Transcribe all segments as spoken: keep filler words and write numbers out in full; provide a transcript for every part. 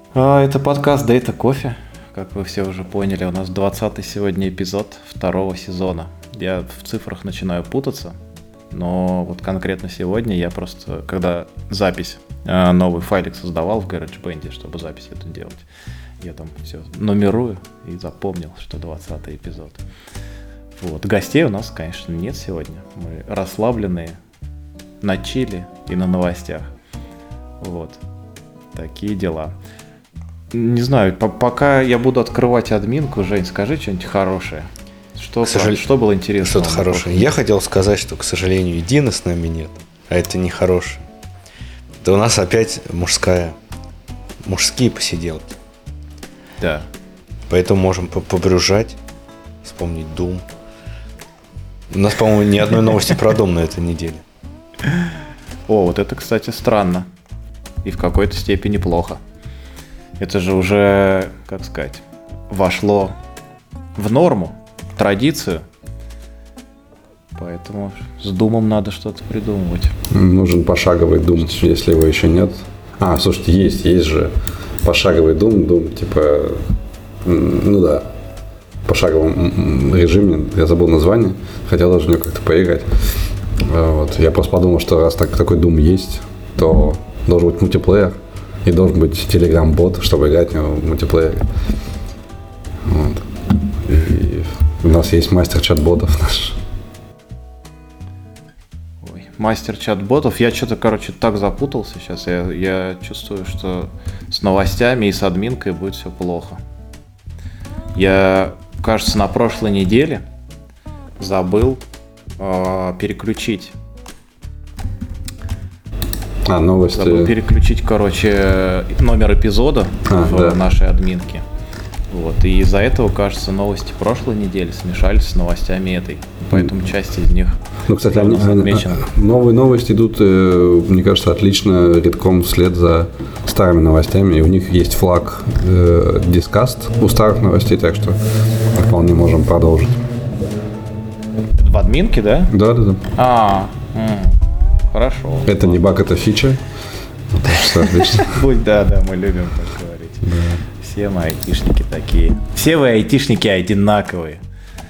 А, Это подкаст Data Coffee. Как вы все уже поняли, у нас двадцатый сегодня эпизод второго сезона. Я в цифрах начинаю путаться, но вот конкретно сегодня я просто, когда запись, э, новый файлик создавал в GarageBand, чтобы запись эту делать, я там все нумерую и запомнил, что двадцатый эпизод. Вот. Гостей у нас, конечно, нет сегодня. Мы расслабленные, на чили и на новостях. Вот. Такие дела. Не знаю, по- пока я буду открывать админку, Жень, скажи что-нибудь хорошее. Что, К сожалению, что было интересно? Что-то хорошее. Я хотел сказать, что, к сожалению, Дины с нами нет, а это нехорошее. Да у нас опять мужская, мужские посиделки. Да. Поэтому можем по- побрюжать, вспомнить Doom. У нас, по-моему, ни одной новости про Doom на этой неделе. О, вот это, кстати, странно. И в какой-то степени плохо. Это же уже, как сказать, вошло в норму, в традицию. Поэтому с Думом надо что-то придумывать. Нужен пошаговый Doom, если его еще нет. А, слушайте, есть, есть же пошаговый Doom, Doom, типа, м, ну да, в пошаговом режиме, я забыл название, хотел даже в него как-то поиграть. А, Вот. Я просто подумал, что раз так, такой Doom есть, то должен быть мультиплеер и должен быть Telegram-бот, чтобы играть в него в мультиплеере. Вот. И у нас есть мастер чат-ботов наш. Ой, мастер чат-ботов. Я что-то, короче, так запутался сейчас. Я, я чувствую, что с новостями и с админкой будет все плохо. Я, кажется, на прошлой неделе забыл э, переключить. А, новости. Забыл переключить, короче, номер эпизода А, в да. нашей админке. Вот. И из-за этого, кажется, новости прошлой недели смешались с новостями этой. Поэтому часть из них Ну, кстати, у они, нас отмечена. а, новые новости идут, э, мне кажется, отлично редком вслед за старыми новостями. И у них есть флаг э, Discussed у старых новостей, так что вполне можем продолжить. В админке, да? Да, да, да. А, м, хорошо. Это не баг, это фича. Так что отлично. Будь, да, да, мы любим так говорить. Все мы айтишники такие. Все вы айтишники одинаковые.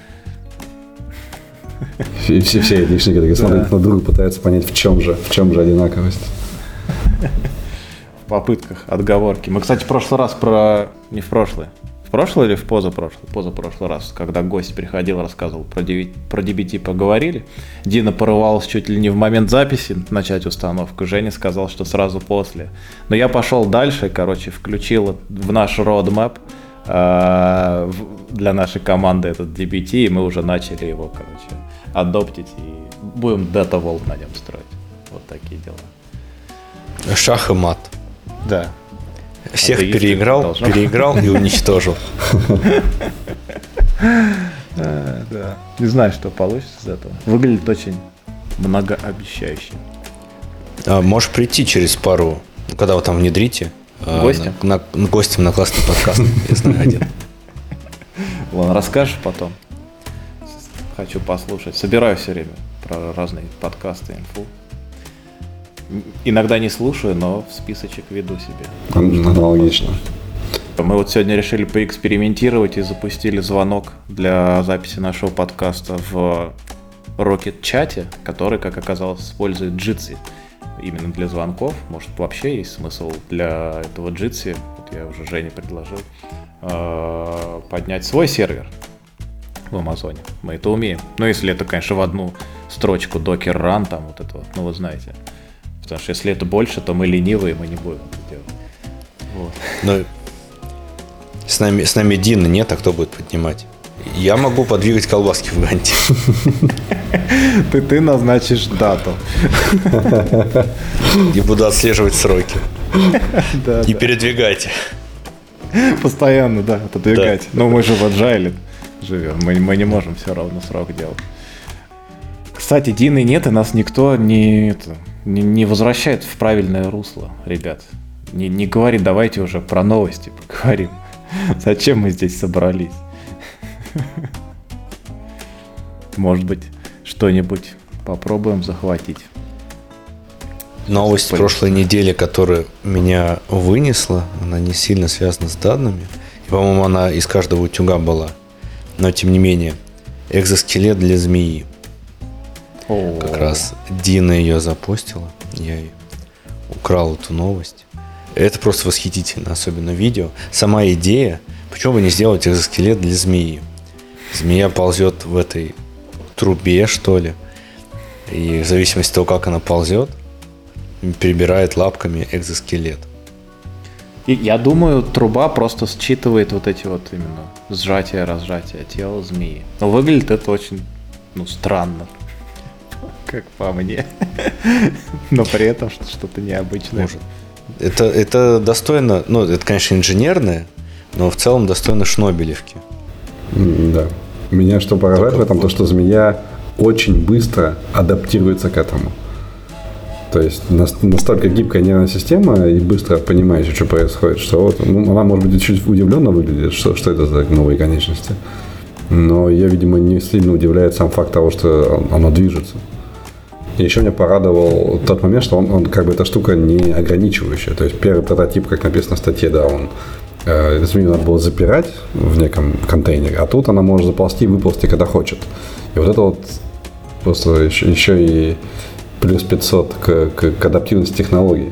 И все, все айтишники такие смотрят на друга, пытаются понять, в чем же, в чем же одинаковость. В попытках отговорки. Мы, кстати, в прошлый раз про... Не в прошлый. В прошлый или в позапрошлый? Позапрошлый раз, когда гость приходил, рассказывал про ди би ти, про ди би ти поговорили. Дина порывалась чуть ли не в момент записи начать установку. Женя сказал, что сразу после. Но я пошел дальше, короче, включил в наш roadmap э, в- для нашей команды этот ди би ти, и мы уже начали его, короче, адоптить и будем Data Vault на нем строить. Вот такие дела. Шах и мат. Да. Всех А ты есть, переиграл, должно. переиграл и уничтожил. А, да. Не знаю, что получится из этого. Выглядит очень многообещающе. А, можешь прийти через пару, когда вы там внедрите. а, Гостем? На, на- гостем на классный подкаст. Я знаю один. Ладно, расскажешь потом. Хочу послушать. Собираю все время про разные подкасты, инфу. М, Иногда не слушаю, но в списочек веду себе. Аналогично. Мы вот сегодня решили поэкспериментировать и запустили звонок для записи нашего подкаста в Rocket-чате, который, как оказалось, использует Jitsi именно для звонков. Может, вообще есть смысл для этого Jitsi, вот я уже Жене предложил, э, поднять свой сервер в Амазоне. Мы это умеем. Ну, если это, конечно, в одну строчку Docker Run, там вот это вот, ну, вы знаете. Потому что если это больше, то мы ленивые, мы не будем это делать. Вот. Но с нами, с нами Дина нет, а кто будет поднимать? Я могу подвигать колбаски в Ганте. Ты, ты назначишь дату. И буду отслеживать сроки. Да, И да. передвигать. Постоянно, да, отодвигать. Но мы же в Agile живем, мы, мы не можем все равно срок делать. Кстати, Дины нет, и нас никто не, это, не, не возвращает в правильное русло, ребят. Не, не говори, давайте уже про новости поговорим. Зачем мы здесь собрались? Может быть, что-нибудь попробуем захватить. Новость Спойлер. прошлой недели, которая меня вынесла, она не сильно связана с данными. И, по-моему, она из каждого утюга была. Но, тем не менее, экзоскелет для змеи. О, Как раз Дина ее запостила. Я и украл эту новость. Это просто восхитительно, особенно видео. Сама идея, почему бы не сделать экзоскелет для змеи? Змея ползет в этой трубе, что ли. И в зависимости от того, как она ползет, перебирает лапками экзоскелет. И я думаю, труба просто считывает вот эти вот именно сжатия, разжатия тела змеи. Но выглядит это очень, ну, странно, как по мне. Но при этом что-то необычное. Может. Это, это достойно, ну, это, конечно, инженерное, но в целом достойно Шнобелевки. М, Да. Меня что поражает в этом, то что змея очень быстро адаптируется к этому. То есть нас- настолько гибкая нервная система и быстро понимающая, что происходит, что вот, ну, она, может быть, чуть удивленно выглядит, что, что это за новые конечности. Но я, видимо, не сильно удивляет сам факт того, что оно движется. И еще меня порадовал тот момент, что он, он как бы эта штука не ограничивающая. То есть первый прототип, как написано в статье, да, он э, змею надо было запирать в неком контейнере, а тут она может заползти и выползти, когда хочет. И вот это вот просто еще, еще и плюс пятьсот к, к, к адаптивности технологий.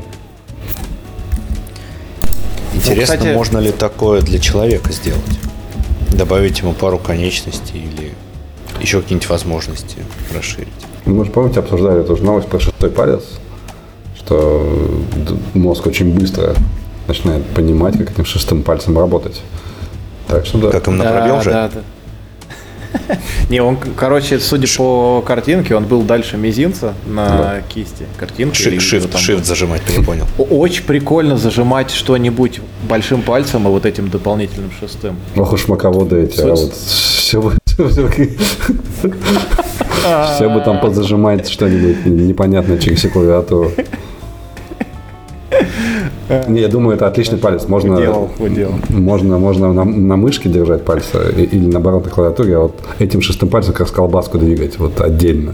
Интересно, кстати- можно ли такое для человека сделать? Добавить ему пару конечностей или еще какие-нибудь возможности расширить? Ну, мы же, помните, обсуждали эту же новость про шестой палец, что д- мозг очень быстро начинает понимать, как этим шестым пальцем работать. Так что да. Как им на Да, пробел же? да, да. Не, он, короче, судя по картинке, он был дальше мизинца на кисти. Картинки. Ши- или Shift, что там shift было. зажимать, я понял. О- Очень прикольно зажимать что-нибудь большим пальцем и вот этим дополнительным шестым. Ох уж маководы эти, а Суть- вот все бы, все бы там позажимать что-нибудь непонятное через всю клавиатуру. Не, я думаю, это отличный палец. Можно, Уделал, уделал. можно, можно на, на мышке держать пальцы и- или наоборот на клавиатуре, а вот этим шестым пальцем как раз колбаску двигать вот отдельно.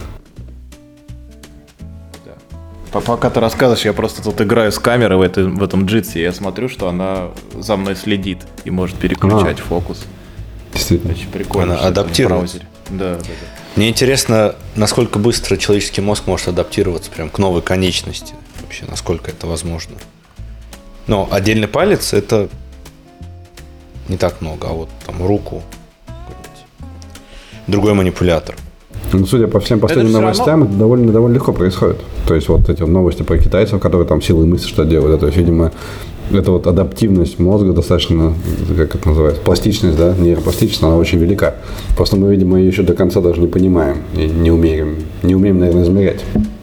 По- Пока ты рассказываешь, я просто тут играю с камерой в, этой, в этом джитсе, и я смотрю, что она за мной следит и может переключать фокус. Действительно. Очень прикольно. Она что это в адаптируется. браузере. Да, да, да. Мне интересно, насколько быстро человеческий мозг может адаптироваться прям к новой конечности. Вообще, насколько это возможно. Но отдельный палец это не так много, а вот там руку, какой-нибудь другой манипулятор. Ну, судя по всем последним всё новостям, это довольно, довольно легко происходит. То есть вот эти вот новости про китайцев, которые там силой мысли что делают, да, то есть, видимо, эта вот адаптивность мозга достаточно, как это называется, пластичность, да, нейропластичность, она очень велика. Просто мы, видимо, ее еще до конца даже не понимаем и не умеем, не умеем, наверное, измерять.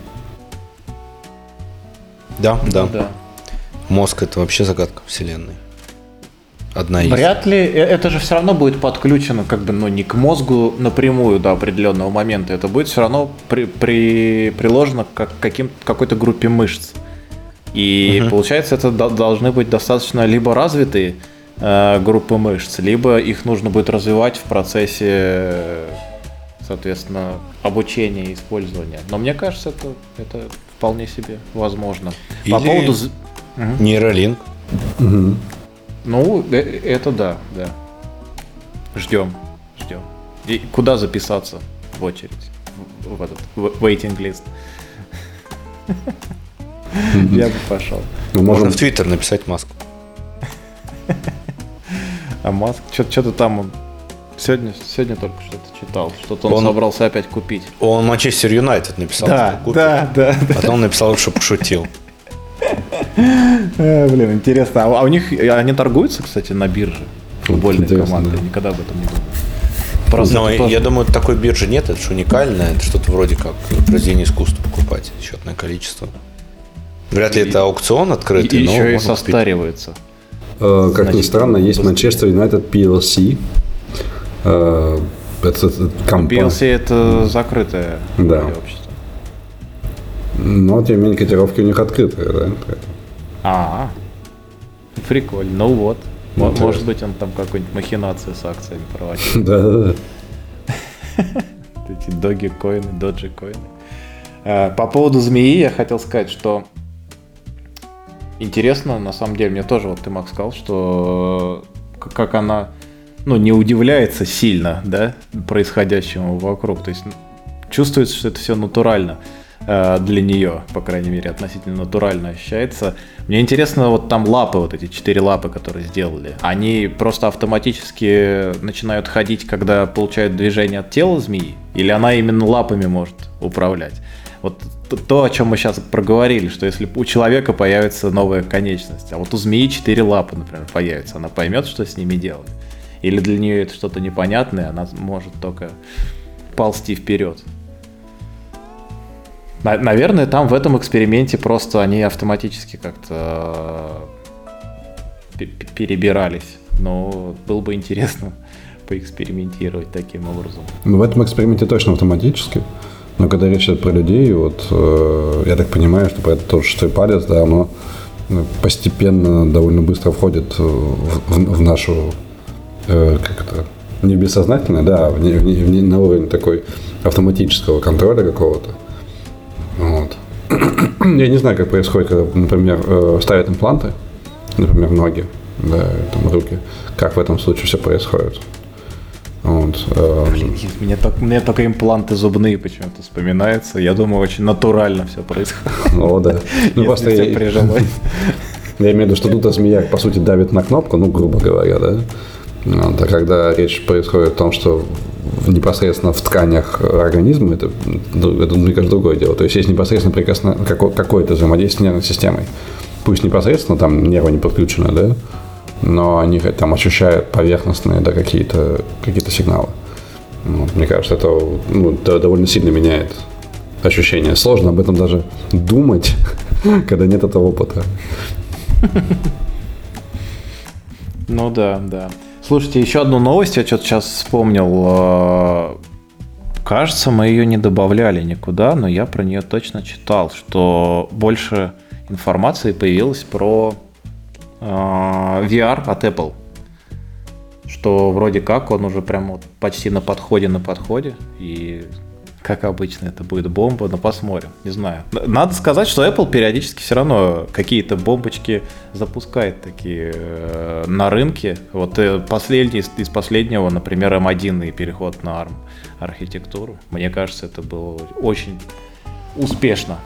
Да, да. Да. Мозг это вообще загадка вселенной. Одна из. Вряд ли, э, это же все равно будет подключено как бы, ну, не к мозгу напрямую до определенного момента, это будет все равно при, при- приложено как к каким, какой-то группе мышц. И Мгм. получается, это до- должны быть достаточно либо развитые э, группы мышц, либо их нужно будет развивать в процессе, э, соответственно, обучения и использования. Но мне кажется, это, это вполне себе возможно. По Или- поводу... з- Мгм. Нейролинк. Мгм. Ну, э- это да, да. Ждем, ждем. И куда записаться в очередь? В, в этот в- waiting list. Я бы пошел. Мы Можно можем в Твиттер написать Маску. А Маск, что-то там он сегодня, сегодня только что-то читал. Что-то он, Он- собрался опять купить. Он Манчестер Юнайтед написал. Да, что купит. да, да, да. Потом написал, что пошутил. Э, Блин, интересно. А у них они торгуются, кстати, на бирже? Футбольные Интересно, команды. да. Я никогда об этом не думал. Просто Но это тоже- я думаю, такой биржи нет, это же уникально, это что-то вроде как произведение искусства покупать, счетное количество. Вряд ли И- это аукцион и, открытый, но еще и можно купить. состаривается. Э, как ни Значит, странно, есть быстрее. Манчестер Юнайтед пи эл си. Э, Это это пи компания. эл си это закрытое Да. вроде общество. Но, тем не менее, котировки у них открытые, да? А, прикольно. Ну вот. Мо- Интересно. Может быть, он там какую-нибудь махинацию с акциями проводил. Да-да-да. Эти доги коины, доджи коины. По поводу змеи я хотел сказать, что интересно, на самом деле, мне тоже, вот ты, Макс, сказал, что как она, ну, не удивляется сильно, да, происходящему вокруг. То есть чувствуется, что это все натурально для нее, по крайней мере, относительно натурально ощущается. Мне интересно, вот там лапы, вот эти четыре лапы, которые сделали, они просто автоматически начинают ходить, когда получают движение от тела змеи? Или она именно лапами может управлять? Вот то, о чем мы сейчас проговорили, что если у человека появится новая конечность, а вот у змеи четыре лапы, например, появятся, она поймет, что с ними делать? Или для нее это что-то непонятное, она может только ползти вперед? Наверное, там в этом эксперименте просто они автоматически как-то перебирались. Но было бы интересно поэкспериментировать таким образом. Ну, в этом эксперименте точно автоматически. Но когда речь идет про людей, вот э, я так понимаю, что про это тоже шестой палец, да, оно постепенно, довольно быстро входит в, в, в нашу, э, как это, не бессознательное, да, в, в, в, на уровень такой автоматического контроля какого-то. Вот. Я не знаю, как происходит, когда, например, ставят импланты, например, ноги, да, там, руки. Как в этом случае все происходит? Вот. Блин, мне, только, мне только импланты зубные почему-то вспоминаются. Я думаю, очень натурально все происходит. О, да. Ну, просто я, я имею в виду, что тут змея, по сути, давит на кнопку, ну, грубо говоря, да. Вот. А когда речь происходит о том, что непосредственно в тканях организма, это, это мне кажется, другое дело. То есть есть непосредственно прикосно... какое-то взаимодействие с нервной системой. Пусть непосредственно там нервы не подключены, да, но они там ощущают поверхностные, да, какие-то, какие-то сигналы. Вот. Мне кажется, это, ну, это довольно сильно меняет ощущение. Сложно об этом даже думать, когда нет этого опыта. Ну да, да. Слушайте, еще одну новость я что-то сейчас вспомнил. Кажется, мы ее не добавляли никуда, но я про нее точно читал, что больше информации появилось про ви ар от Apple. Что вроде как он уже прям вот почти на подходе, на подходе. И как обычно это будет бомба, но посмотрим. Не знаю. Надо сказать, что Apple периодически все равно какие-то бомбочки запускает такие э, на рынке. Вот э, последний из, из последнего, например, эм один и переход на арм архитектуру. Мне кажется, это было очень успешно.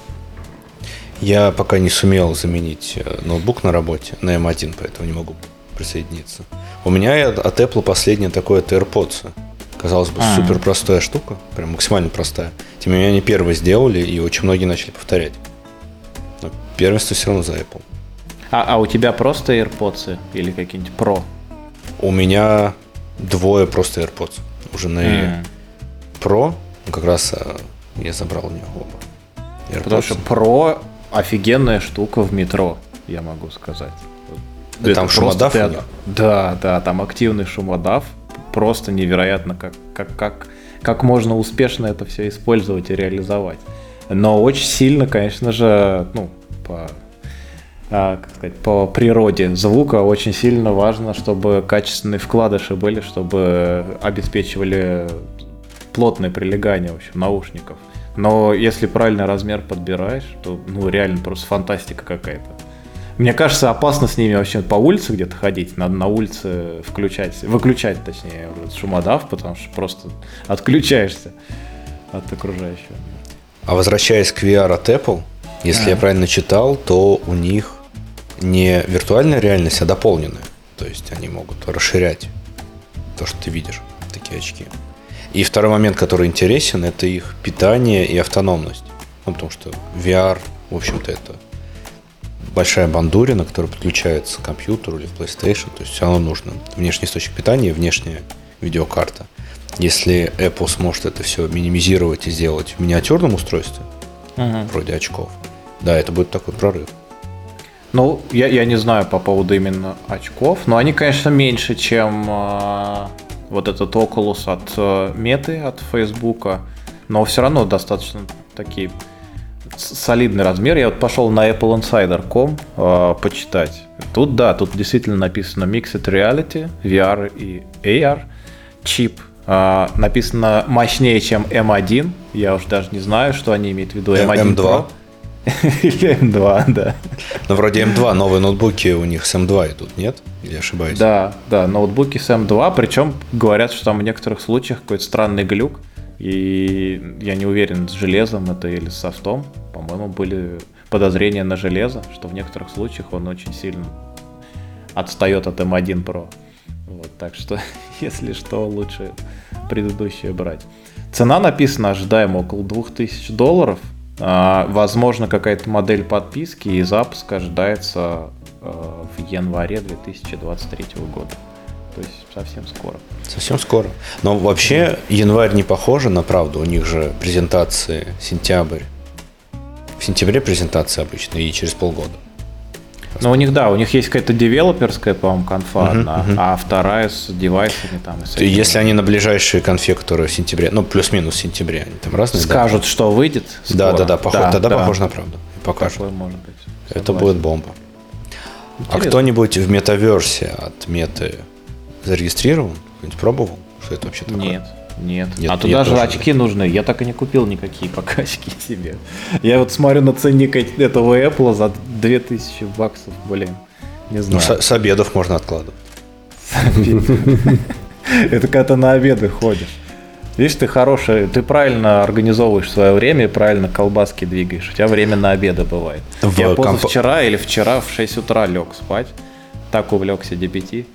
Я пока не сумел заменить ноутбук на работе на эм один, поэтому не могу присоединиться. У меня от Apple последнее такое это AirPods. Казалось бы, А-а-а. супер простая штука, прям максимально простая. Тем не менее, они первые сделали, и очень многие начали повторять. Но первенство все равно за Apple. А, а у тебя просто AirPods или какие-нибудь Pro? У меня двое просто AirPods. Уже на mm. Pro, ну, как раз я забрал у него оба. AirPods. Потому что Pro офигенная штука в метро, я могу сказать. Да, там шумодав ты... у них? Да, да, там активный шумодав. Просто невероятно, как, как, как, как можно успешно это все использовать и реализовать. Но очень сильно, конечно же, ну, по, а, как сказать, по природе звука очень сильно важно, чтобы качественные вкладыши были, чтобы обеспечивали плотное прилегание, в общем, наушников. Но если правильный размер подбираешь, то, ну, реально просто фантастика какая-то. Мне кажется, опасно с ними вообще по улице где-то ходить. Надо на улице включать, выключать, точнее, шумодав, потому что просто отключаешься от окружающего. А возвращаясь к ви ар от Apple, если а. я правильно читал, то у них не виртуальная реальность, а дополненная. То есть они могут расширять то, что ты видишь, такие очки. И второй момент, который интересен, это их питание и автономность. Ну, потому что ви ар, в общем-то, это большая бандурина, которая подключается к компьютеру или в PlayStation, то есть все равно нужно внешний источник питания и внешняя видеокарта. Если Apple сможет это все минимизировать и сделать в миниатюрном устройстве, uh-huh. вроде очков, да, это будет такой прорыв. Ну, я, я не знаю по поводу именно очков, но они, конечно, меньше, чем э, вот этот Oculus от э, Meta, от Facebook, но все равно достаточно такие солидный размер. Я вот пошел на apple insider точка com э, почитать. Тут, да, тут действительно написано Mixed Reality, ви ар и эй ар, чип А, написано мощнее, чем эм один. Я уж даже не знаю, что они имеют в виду. эм один эм два. Или эм два, да. Ну, вроде эм два, новые ноутбуки у них с эм два идут, нет? Или ошибаюсь? Да, да, ноутбуки с эм два, причем говорят, что там в некоторых случаях какой-то странный глюк, и я не уверен, с железом это или с софтом. По-моему, были подозрения на железо, что в некоторых случаях он очень сильно отстает от эм один Pro. Вот, так что, если что, лучше предыдущее брать. Цена написана ожидаемо около двух тысяч долларов. А, возможно, какая-то модель подписки, и запуск ожидается а, в январе две тысячи двадцать третьего года. То есть совсем скоро. Совсем скоро. Но вообще январь не похоже на правду. У них же презентации сентябрь. В сентябре презентация обычно и через полгода. Ну, у них, да, у них есть какая-то девелоперская, по-моему, конфа uh-huh, одна, uh-huh. а вторая с девайсами там. И с этим. Если они на ближайшие конфе, которые в сентябре, ну, плюс-минус в сентябре, они там разные. Скажут, да? что выйдет скоро. Да, да, да, похож, да тогда да. похоже на правду. Покажут. Такое может быть. Это Согласен. будет бомба. Интересно. А кто-нибудь в метаверсе от меты зарегистрирован? Кто-нибудь пробовал? Что это вообще такое? Нет. Нет. Нет, а туда нет, же тоже очки нужны. Я так и не купил никакие пока очки себе. Я вот смотрю на ценник этого Apple за две тысячи баксов, блин. Не Ну, знаю. с, с обедов можно откладывать. Это когда ты на обеды ходишь. Видишь, ты хороший, ты правильно организовываешь свое время и правильно колбаски двигаешь. У тебя время на обеды бывает. В Я комп- позавчера или вчера в шесть утра лег спать. Так увлекся ди пи ти.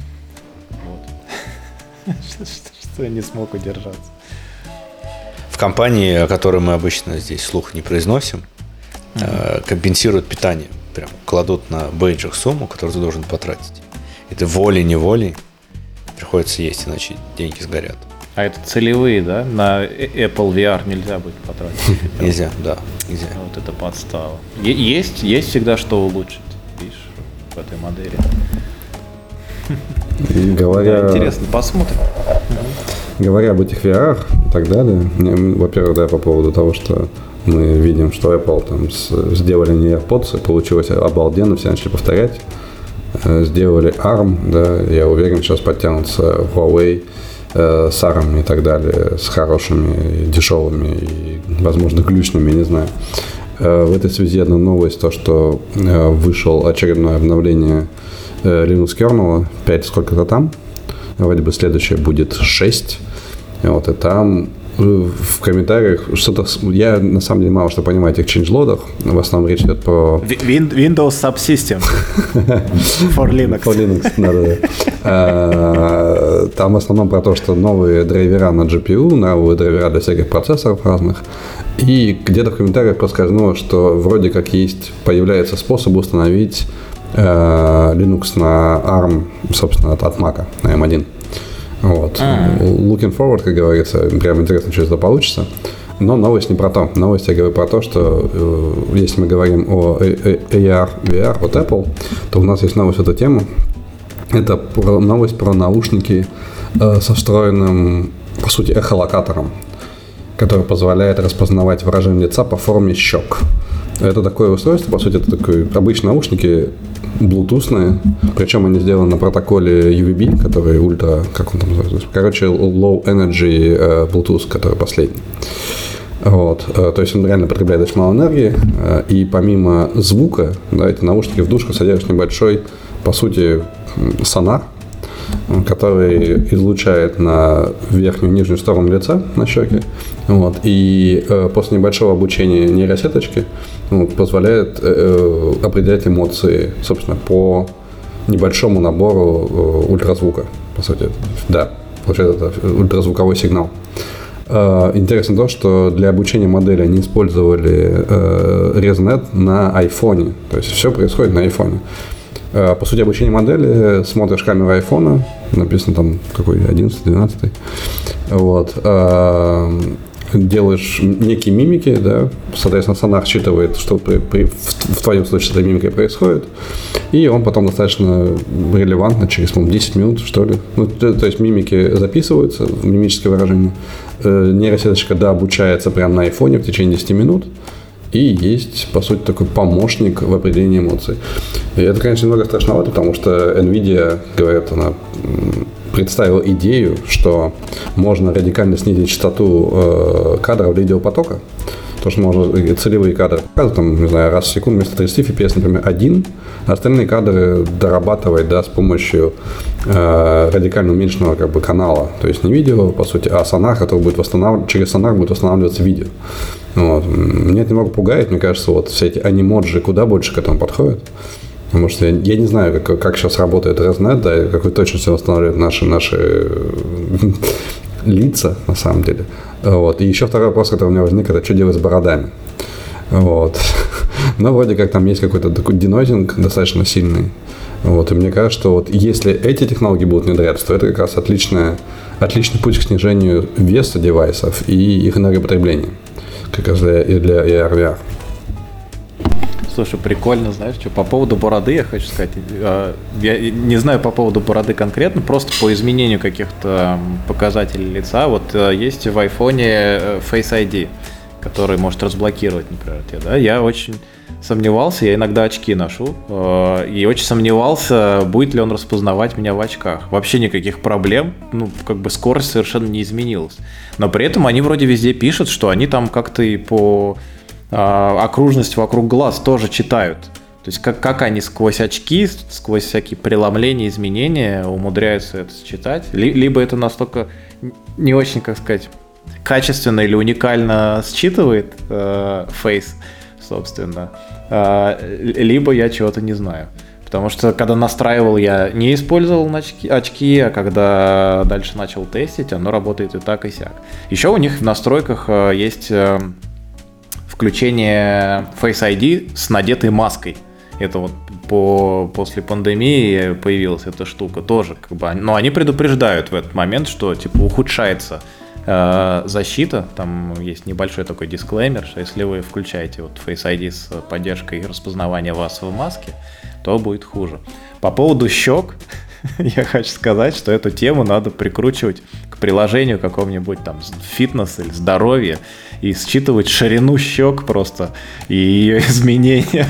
Вот. Что я не смог удержаться. В компании, о которой мы обычно здесь вслух не произносим, э, компенсируют питание. Прям кладут на бейджик сумму, которую ты должен потратить. И ты волей-неволей приходится есть, иначе деньги сгорят. А это целевые, да? На Apple ви ар нельзя будет потратить. Нельзя, да, нельзя. Вот это подстава. Е- есть, есть всегда что улучшить, видишь, в этой модели. Говоря, Да, интересно, посмотрим. говоря об этих ви ар и так далее, мне, во-первых, да, по поводу того, что мы видим, что Apple там с, сделали не AirPods, и получилось обалденно, все начали повторять. Э, сделали арм, да, я уверен, сейчас подтянутся Huawei э, с арм и так далее, с хорошими, дешевыми и, возможно, глючными, не знаю. Э, в этой связи одна новость, то, что э, вышел очередное обновление э, Linux kernel, пять сколько-то там, вроде бы следующее будет шесть, вот, и там в комментариях что-то... Я, на самом деле, мало что понимаю в этих чейнджлодах. В основном речь идет про... Win- Windows Subsystem for Linux. For Linux, да-да-да. Там в основном про то, что новые драйвера на джи пи ю, новые драйвера для всяких процессоров разных. И где-то в комментариях проскользнуло, что вроде как есть, появляется способ установить Linux на арм, собственно, от Mac, на эм один. Вот. Mm. Looking forward, как говорится, прям интересно, что это получится. Но новость не про то. Новость я говорю про то, что э, если мы говорим о эй ар, ви ар от Apple, то у нас есть новость в эту тему. Это про, новость про наушники э, со встроенным, по сути, эхолокатором, который позволяет распознавать выражение лица по форме щек. Это такое устройство, по сути, это такие обычные наушники, блутусные, причем они сделаны на протоколе ю ви би, который ультра, как он там называется, короче, low energy uh, Bluetooth, который последний. Вот, uh, то есть он реально потребляет очень мало энергии, uh, и помимо звука, да, эти наушники в душку содержат небольшой, по сути, сонар, который излучает на верхнюю и нижнюю сторону лица, на щеки. Вот, и э, после небольшого обучения нейросеточки вот, позволяет э, определять эмоции, собственно, по небольшому набору э, ультразвука, по сути. Да, получается, это ультразвуковой сигнал. Э, интересно то, что для обучения модели они использовали э, ResNet на айфоне. То есть все происходит на айфоне. По сути, обучение модели, смотришь камеру айфона, написано там какой, одиннадцатый, двенадцатый, вот, делаешь некие мимики, да, соответственно, сонар считывает, что при, при, в, в твоем случае с этой мимикой происходит, и он потом достаточно релевантно, через, по-моему, десять минут, что ли, ну, то, то есть мимики записываются, мимическое выражение, нейросеточка дообучается прямо на айфоне в течение десяти минут, и есть, по сути, такой помощник в определении эмоций. И это, конечно, немного страшновато, потому что NVIDIA, говорят, она представил идею, что можно радикально снизить частоту э, кадров видеопотока. То, что можно целевые кадры показывать, там, не знаю, раз в секунду вместо тридцать эф пи эс, например, один, а остальные кадры дорабатывать, да, с помощью э, радикально уменьшенного как бы канала. То есть не видео, по сути, а сонар, который будет восстанавливать, через сонар будет восстанавливаться видео. Вот. Меня это немного пугает, мне кажется, вот все эти анимоджи куда больше к этому подходят. Потому что я, я не знаю, как, как сейчас работает ResNet, да, и какой точностью восстанавливает наши, наши лица, на самом деле. Вот. И еще второй вопрос, который у меня возник, это что делать с бородами. Вот. Но вроде как там есть какой-то такой денойзинг достаточно сильный. Вот. И мне кажется, что вот если эти технологии будут внедряться, то это как раз отличная, отличный путь к снижению веса девайсов и их энергопотребления. Как раз для, и для и ар ви ар. Слушай, прикольно, знаешь, что по поводу бороды я хочу сказать. Я не знаю по поводу бороды конкретно, просто по изменению каких-то показателей лица. Вот есть в айфоне Face ай ди, который может разблокировать, например, тебя, да? Я очень сомневался, я иногда очки ношу, и очень сомневался, будет ли он распознавать меня в очках. Вообще никаких проблем, ну, как бы скорость совершенно не изменилась. Но при этом они вроде везде пишут, что они там как-то и по... окружность вокруг глаз тоже читают. То есть как, как они сквозь очки, сквозь всякие преломления, изменения умудряются это считать. Либо это настолько не очень, как сказать, качественно или уникально считывает э, Face, собственно, э, либо я чего-то не знаю. Потому что когда настраивал, я не использовал очки, очки, а когда дальше начал тестить, оно работает и так, и сяк. Еще у них в настройках э, есть... Э, включение Face ай ди с надетой маской. Это вот по, после пандемии появилась эта штука тоже. Как бы, но они предупреждают в этот момент, что типа ухудшается э, защита. Там есть небольшой такой дисклеймер, что если вы включаете вот Face ай ди с поддержкой распознавания вас в маске, то будет хуже. По поводу щек, я хочу сказать, что эту тему надо прикручивать к приложению какому-нибудь там фитнес или здоровье и считывать ширину щек просто и ее изменения,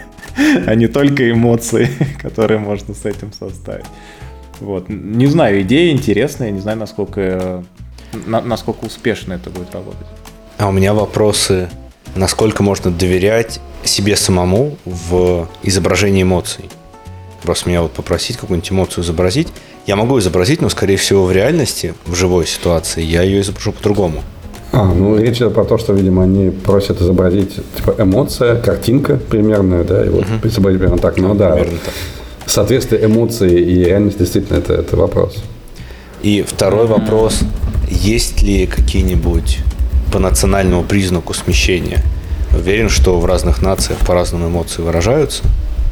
а не только эмоции, которые можно с этим составить. Вот. Не знаю, идея интересная, не знаю, насколько, на, насколько успешно это будет работать. А у меня вопросы, насколько можно доверять себе самому в изображении эмоций? Просто меня вот попросить какую-нибудь эмоцию изобразить. Я могу изобразить, но, скорее всего, в реальности, в живой ситуации, я ее изображу по-другому. А, ну речь идет про то, что, видимо, они просят изобразить типа эмоция, картинка примерная, да, и вот uh-huh. изобразить примерно так. Ну да, вот, соответствие эмоций и реальности действительно это, это вопрос. И второй uh-huh. вопрос, есть ли какие-нибудь по национальному признаку смещения? Уверен, что в разных нациях по-разному эмоции выражаются.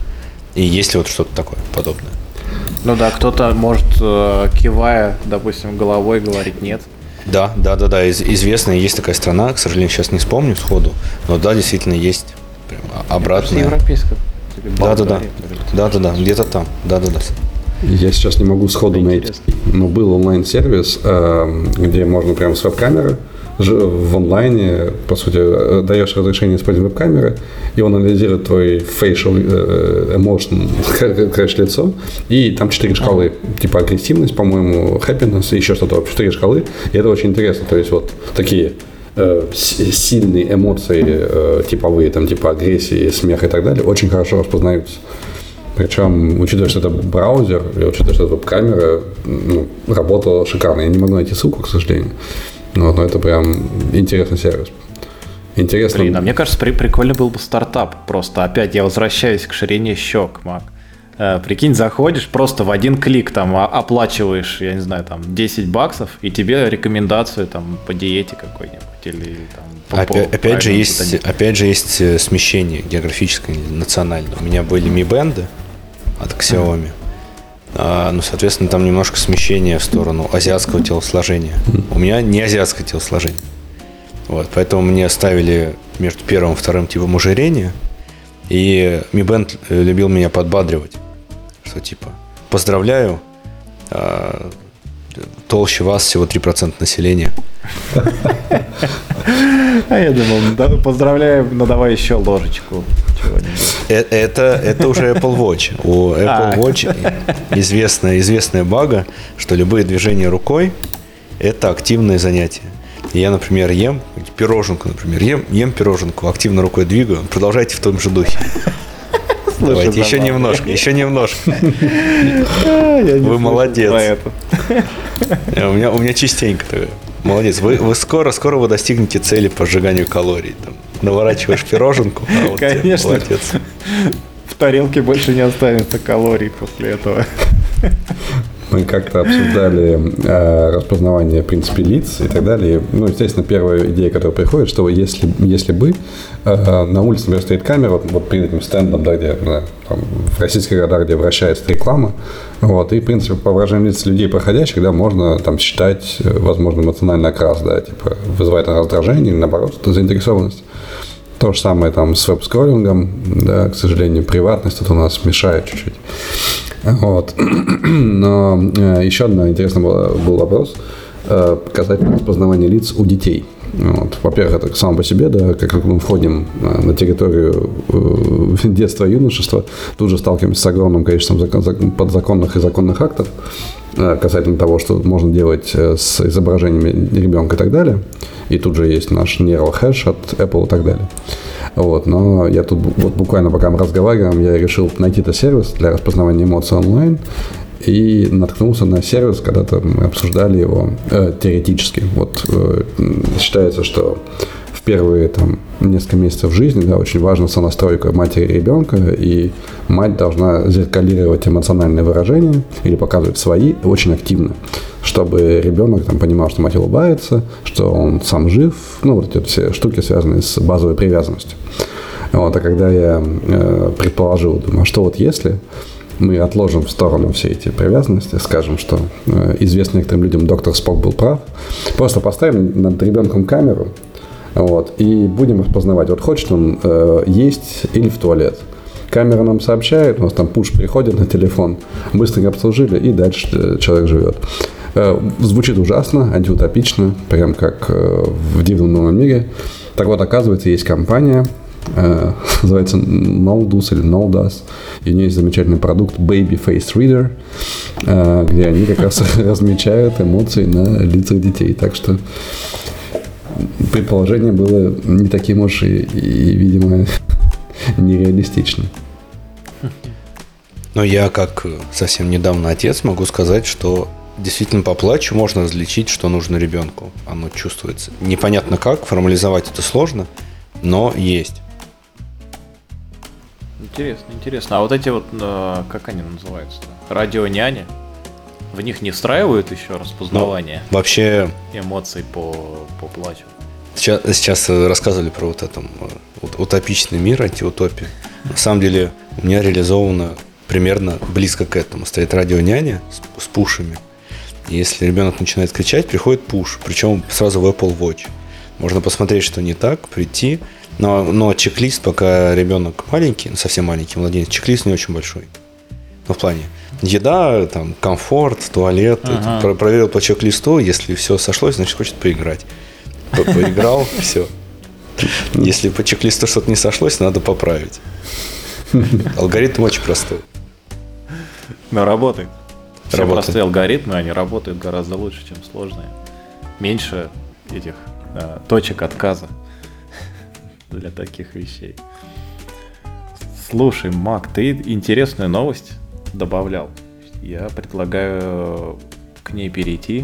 И есть ли вот что-то такое подобное? Ну да, кто-то может, кивая, допустим, головой, говорить нет. Да, да, да, да. Из, известная есть такая страна, к сожалению, сейчас не вспомню сходу, но да, действительно есть прям обратная. Европейская. Да, да, да. Да, да, да. Где-то там. Да, да, да. Я сейчас не могу сходу найти, но был онлайн-сервис, где можно прямо с веб-камеры в онлайне, по сути, даешь разрешение использовать веб-камеры, и он анализирует твой facial emotion, короче, лицо, и там четыре шкалы, типа агрессивность, по-моему, happiness и еще что-то, четыре шкалы, и это очень интересно, то есть вот такие э, сильные эмоции э, типовые, там, типа агрессии, смех и так далее, очень хорошо распознаются. Причем, учитывая, что это браузер, и учитывая, что это веб-камера, ну, работала шикарно. Я не могу найти ссылку, к сожалению. Но, но это прям интересный сервис. Интересно. Блин, а мне кажется, при- прикольно был бы стартап. Просто опять я возвращаюсь к ширине щек, Мак. Э, прикинь, заходишь, просто в один клик там оплачиваешь, я не знаю, там десять баксов, и тебе рекомендацию там по диете какой-нибудь или там по, опять, по, опять же есть, опять же есть смещение географическое, национальное. У меня были Mi Band от Xiaomi. Mm. А, ну, соответственно, там немножко смещение в сторону азиатского телосложения. Mm. У меня не азиатское телосложение. Вот, поэтому мне ставили между первым и вторым типом ожирения. И Mi Band любил меня подбадривать. Что типа, поздравляю, а, толще вас всего три процента населения. А я думал, поздравляю, ну давай еще ложечку. чего-нибудь. Это, это уже Apple Watch. У Apple Watch известная, известная бага, что любые движения рукой – это активное занятие. Я, например, ем пироженку, например, ем, ем пироженку, активно рукой двигаю, продолжайте в том же духе. Слушай, давайте, еще немножко, еще немножко. Вы молодец. У меня, у меня частенько такое. Молодец. Вы, вы скоро, скоро вы достигнете цели по сжиганию калорий. Там, наворачиваешь пироженку, а вот конечно. Молодец. В тарелке больше не останется калорий после этого. Мы как-то обсуждали э, распознавание, в принципе, лиц и так далее. Ну, естественно, первая идея, которая приходит, что если, если бы э, на улице, например, стоит камера, вот, вот перед этим стендом, да, где, да, там, в российских городах, где вращается реклама, вот, и, в принципе, по выражению лиц людей проходящих, да, можно там считать, возможно, эмоциональный окрас, да, типа, вызывает раздражение или, наоборот, заинтересованность. То же самое там с веб-скроллингом, да, к сожалению, приватность тут у нас мешает чуть-чуть. Вот. Но э, еще один интересный был, был вопрос э, касательно распознавания лиц у детей. Вот. Во-первых, это само по себе, да, как мы входим на территорию э, детства и юношества, тут же сталкиваемся с огромным количеством закон, закон, подзаконных и законных актов э, касательно того, что можно делать э, с изображениями ребенка и так далее. И тут же есть наш Neural Hash от Apple и так далее. Вот, но я тут вот буквально пока мы разговариваем, я решил найти-то сервис для распознавания эмоций онлайн и наткнулся на сервис, когда-то мы обсуждали его э, теоретически. Вот э, считается, что в первые там несколько месяцев жизни, да, очень важна сонастройка матери и ребенка, и мать должна зеркалировать эмоциональные выражения или показывать свои очень активно, чтобы ребенок там понимал, что мать улыбается, что он сам жив, ну, вот эти все штуки, связанные с базовой привязанностью. Вот, а когда я э, предположил, думаю, а что вот если мы отложим в сторону все эти привязанности, скажем, что э, известный некоторым людям доктор Спок был прав, просто поставим над ребенком камеру, вот, и будем распознавать, вот хочет он э, есть или в туалет. Камера нам сообщает, у нас там пуш приходит на телефон, быстренько обслужили, и дальше человек живет. Звучит ужасно, антиутопично, прям как в дивном новом мире. Так вот, оказывается, есть компания, называется Noldus или Noldas, и у нее есть замечательный продукт Baby Face Reader, где они как раз размечают эмоции на лицах детей. Так что предположение было не таким уж и, и видимо, нереалистичным. Но я, как совсем недавно отец, могу сказать, что действительно по плачу можно различить, что нужно ребенку. Оно чувствуется. Непонятно как, формализовать это сложно, но есть. Интересно, интересно. А вот эти вот, как они называются? Радионяни? В них не встраивают еще распознавание ну, вообще эмоций по, по плачу? Сейчас, сейчас рассказывали про вот этот утопичный мир, антиутопию. На самом деле у меня реализовано примерно близко к этому. Стоит радионяня с, с пушами. И если ребенок начинает кричать, приходит пуш. Причем сразу в Apple Watch. Можно посмотреть, что не так, прийти. Но, но чек-лист, пока ребенок маленький, совсем маленький младенец, чек-лист не очень большой. Ну, в плане еда, там, комфорт, туалет. Ага. Про- проверил по чек-листу. Если все сошлось, значит, хочет поиграть. Поиграл, все. Если по чек-листу что-то не сошлось, надо поправить. Алгоритм очень простой. Но работает. Все работает. Простые алгоритмы, они работают гораздо лучше, чем сложные. Меньше этих э, точек отказа для таких вещей. Слушай, Мак, ты интересную новость добавлял. Я предлагаю к ней перейти.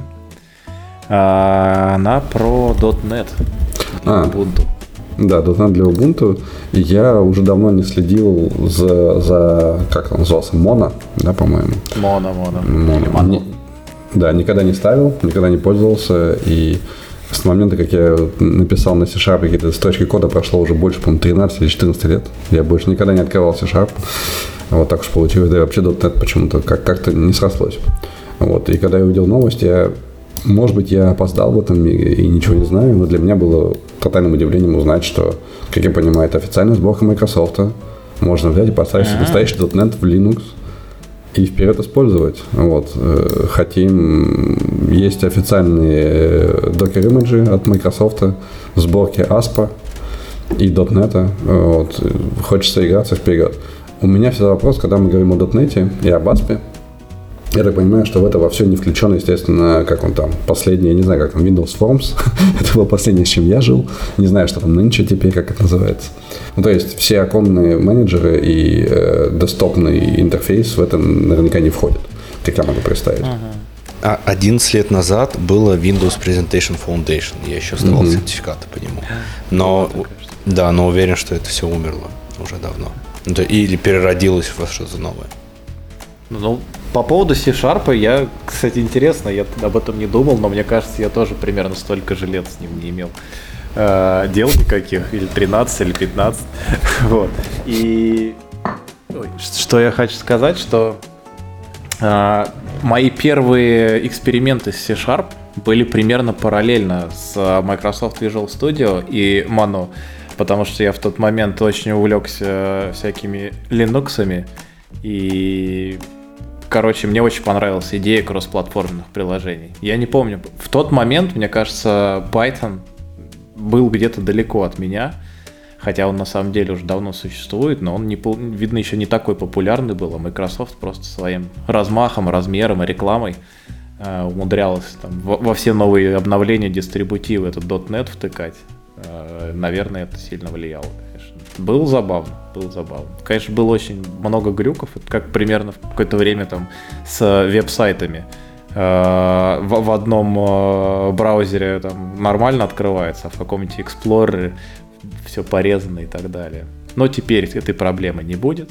Она про .дот нет для а, Ubuntu. Да, .дот нет для Ubuntu. Я уже давно не следил за, за как он назывался, Mono, да, по-моему? Mono, Mono. Mono. Не, да, никогда не ставил, никогда не пользовался. И с момента, как я написал на C-Sharp какие-то строчки кода, прошло уже больше, по-моему, тринадцать или четырнадцать лет. Я больше никогда не открывал C-Sharp. Вот так уж получилось. Да и вообще .дот нет почему-то как- как-то не срослось. Вот. И когда я увидел новость, я... Может быть, я опоздал в этом мире и ничего не знаю, но для меня было тотальным удивлением узнать, что, как я понимаю, это официальная сборка Microsoft. Можно взять и поставить себе настоящий .дот нет в Linux и вперед использовать. Вот. Хотим... Есть официальные докер-имиджи от Microsoft, сборки Aspa. и .NET, вот, хочется играться вперед. У меня всегда вопрос, когда мы говорим о .NET и об Асп, я так понимаю, что в это во все не включен, естественно, как он там, последний, я не знаю, как там, Windows Forms. Это было последнее, с чем я жил. Не знаю, что там нынче теперь, как это называется. Ну, то есть все оконные менеджеры и э, десктопный интерфейс в это наверняка не входят. Как я могу представить. А одиннадцать лет назад было Windows Presentation Foundation. Я еще сдавал Мгм. сертификаты по нему. Но, да, но уверен, что это все умерло уже давно. Ну, то- Или переродилось во что-то новое. Ну, по поводу C-Sharp, я, кстати, интересно, я об этом не думал, но мне кажется, я тоже примерно столько же лет с ним не имел э, дел никаких, или тринадцать, или пятнадцать. Вот. И ой, ш- что я хочу сказать, что э, мои первые эксперименты с C-Sharp были примерно параллельно с Microsoft Visual Studio и Mono, потому что я в тот момент очень увлекся всякими Linux-ами, и, короче, мне очень понравилась идея кроссплатформенных приложений. Я не помню, в тот момент, мне кажется, Python был где-то далеко от меня, хотя он на самом деле уже давно существует, но он, не, пол- видно, еще не такой популярный был, а Microsoft просто своим размахом, размером и рекламой э, умудрялась там, во, во все новые обновления, дистрибутивы этот .NET втыкать. Э, наверное, это сильно влияло, конечно. Было забавно, было забавно. Конечно, было очень много глюков, это как примерно в какое-то время там с веб-сайтами. Э, В, в одном э, браузере там нормально открывается, а в каком-нибудь Explorer все порезано и так далее. Но теперь этой проблемы не будет.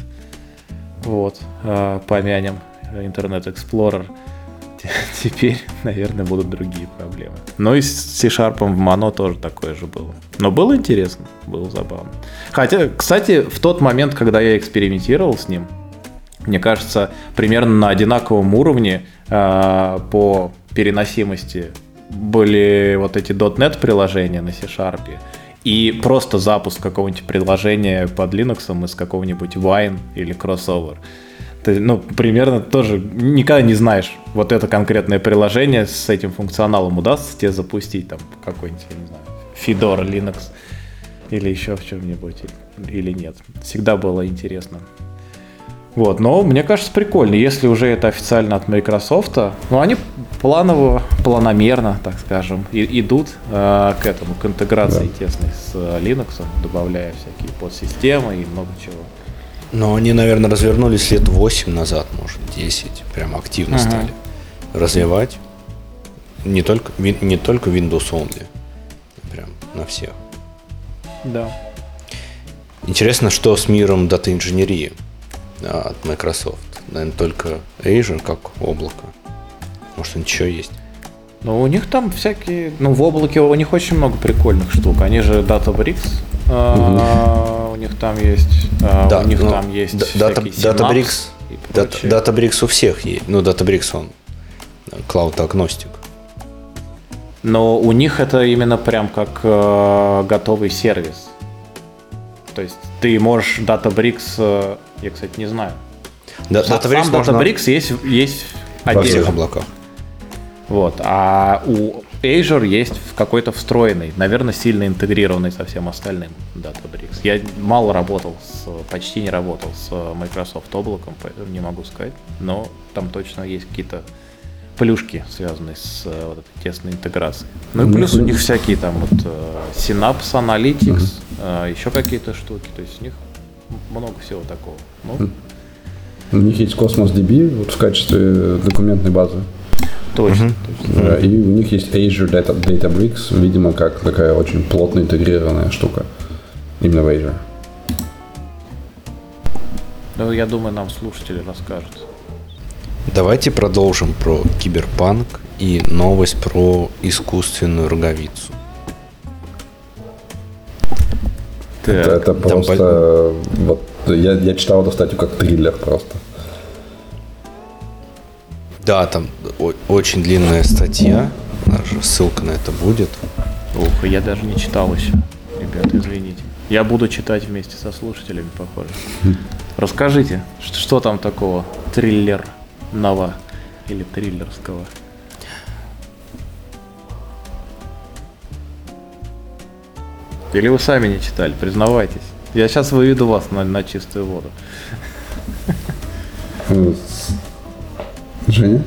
Вот, э, помянем Internet Explorer. Т- Теперь, наверное, будут другие проблемы. Но и с C-Sharp в Mono тоже такое же было. Но было интересно, было забавно. Хотя, кстати, в тот момент, когда я экспериментировал с ним, мне кажется, примерно на одинаковом уровне э, по переносимости были вот эти .NET приложения на C-Sharp и просто запуск какого-нибудь приложения под Linux из какого-нибудь Wine или Crossover. Ты, ну, примерно тоже никогда не знаешь, вот это конкретное приложение с этим функционалом удастся тебе запустить, там, какой-нибудь, я не знаю, Fedora Linux или еще в чем-нибудь, или нет. Всегда было интересно. Вот, но мне кажется, прикольно, если уже это официально от Microsoft, ну, они планово, планомерно, так скажем, и, идут э, к этому, к интеграции Да. тесной с э, Linux, добавляя всякие подсистемы и много чего. Но они, наверное, развернулись лет восемь назад, может, десять. Прям активно Ага. стали развивать. Не только, вин- не только Windows Only. Прям на всех. Да. Интересно, что с миром дата-инженерии а, от Microsoft. Наверное, только Azure как облако. Может, ничего есть. Ну, у них там всякие... Ну, в облаке у них очень много прикольных штук. Они же Databricks. а, У них там есть... а, Да, У них ну, там есть Д- всякий Data- Databricks, Synapse и Data- прочее. Databricks у всех есть. Ну, Databricks он клауд-агностик. Но у них это именно прям как э, готовый сервис. То есть ты можешь Databricks... э, я, кстати, не знаю. Да, Сам Databricks можно Databricks есть, есть во всех отдельно. облаках. Вот. А у Azure есть в какой-то встроенный, наверное, сильно интегрированный со всем остальным Databricks. Я мало работал, с, почти не работал с Microsoft облаком, поэтому не могу сказать. Но там точно есть какие-то плюшки, связанные с э, вот этой тесной интеграцией. Ну и У плюс них- у них всякие там вот э, Synapse Analytics, э, еще какие-то штуки. То есть у них много всего такого. Ну, У них есть Cosmos ди би вот в качестве документной базы. точно. Да, и у них есть Azure Data, Databricks, видимо, как такая очень плотно интегрированная штука. Именно в Azure. Ну, я думаю, нам слушатели расскажут. Давайте продолжим про киберпанк и новость про искусственную роговицу. Это, это Там просто... Вот, я, я читал эту статью как триллер просто. Да, там о- очень длинная статья, даже ссылка на это будет. Ух, я даже не читал еще. Ребята, извините. Я буду читать вместе со слушателями, похоже. Расскажите, что, что там такого триллерного или триллерского? Или вы сами не читали, признавайтесь. Я сейчас выведу вас на, на чистую воду. Женя?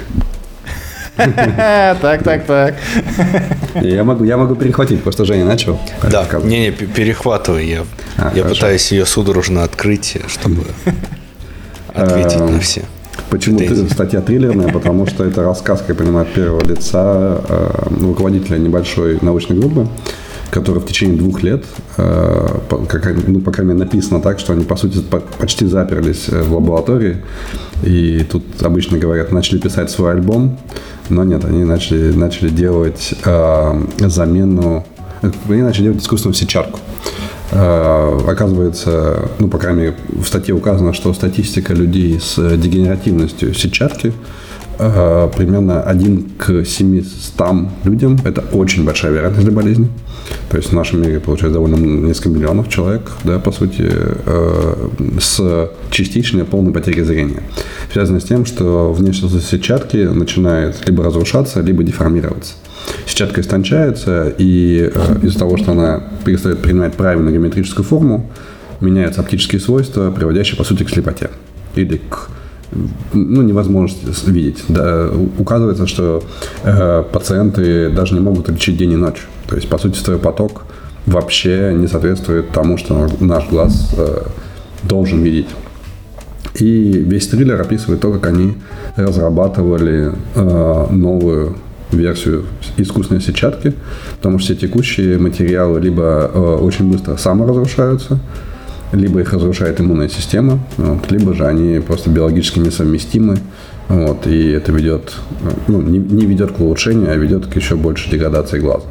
Так, так, так. Я могу, я могу перехватить, просто Женя начал. Да, не-не, перехватывай. Я, а, я хорошо. пытаюсь ее судорожно открыть, чтобы ответить на все. Почему статья триллерная? Потому что это рассказ, как я понимаю, от первого лица руководителя небольшой научной группы, которые в течение двух лет, как, ну, по крайней мере, написано так, что они, по сути, почти заперлись в лаборатории. И тут обычно говорят, начали писать свой альбом, но нет, они начали, начали делать э, замену, они начали делать искусственную сетчатку. Э, оказывается, ну, по крайней мере, в статье указано, что статистика людей с дегенеративностью сетчатки э, примерно один к семистам людям. Это очень большая вероятность для болезни. То есть в нашем мире, получается, довольно несколько миллионов человек, да, по сути, э, с частичной полной потерей зрения. Связано с тем, что внешность сетчатки начинает либо разрушаться, либо деформироваться. Сетчатка истончается, и э, из-за того, что она перестает принимать правильную геометрическую форму, меняются оптические свойства, приводящие, по сути, к слепоте или к ну, невозможности видеть. Да, указывается, что э, пациенты даже не могут лечить день и ночь. То есть, по сути, стереопоток вообще не соответствует тому, что наш глаз э, должен видеть. И весь триллер описывает то, как они разрабатывали э, новую версию искусственной сетчатки, потому что все текущие материалы либо э, очень быстро саморазрушаются, либо их разрушает иммунная система, вот, либо же они просто биологически несовместимы, вот, и это ведет, ну, не, не ведет к улучшению, а ведет к еще большей деградации глаза.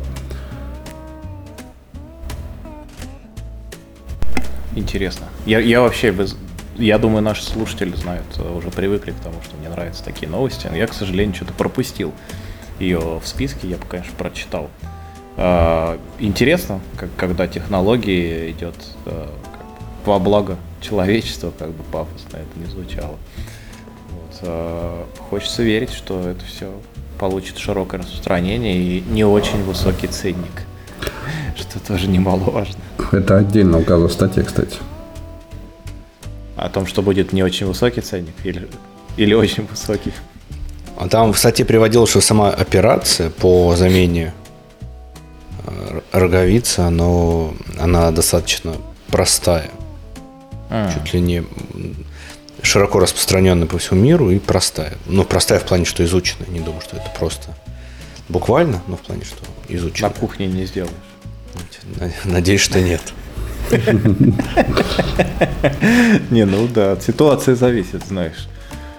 Интересно. Я, я вообще, без, я думаю, наши слушатели знают, уже привыкли к тому, что мне нравятся такие новости. Но я, к сожалению, что-то пропустил ее в списке, я бы, конечно, прочитал. А, интересно, как, когда технология идет а, во благо человечества, как бы пафосно это не звучало. Вот. А, хочется верить, что это все получит широкое распространение и не очень высокий ценник, что тоже немаловажно. Это отдельно указано в статье, кстати. О том, что будет не очень высокий ценник или, или очень высокий. А там в статье приводилось, что сама операция по замене роговицы, она, она достаточно простая. А. Чуть ли не широко распространенная по всему миру и простая. Ну, простая в плане, что изученная. Не думаю, что это просто буквально, но в плане, что изученная. На кухне не сделаешь. Надеюсь, что нет. Не, ну да, от ситуации зависит, знаешь.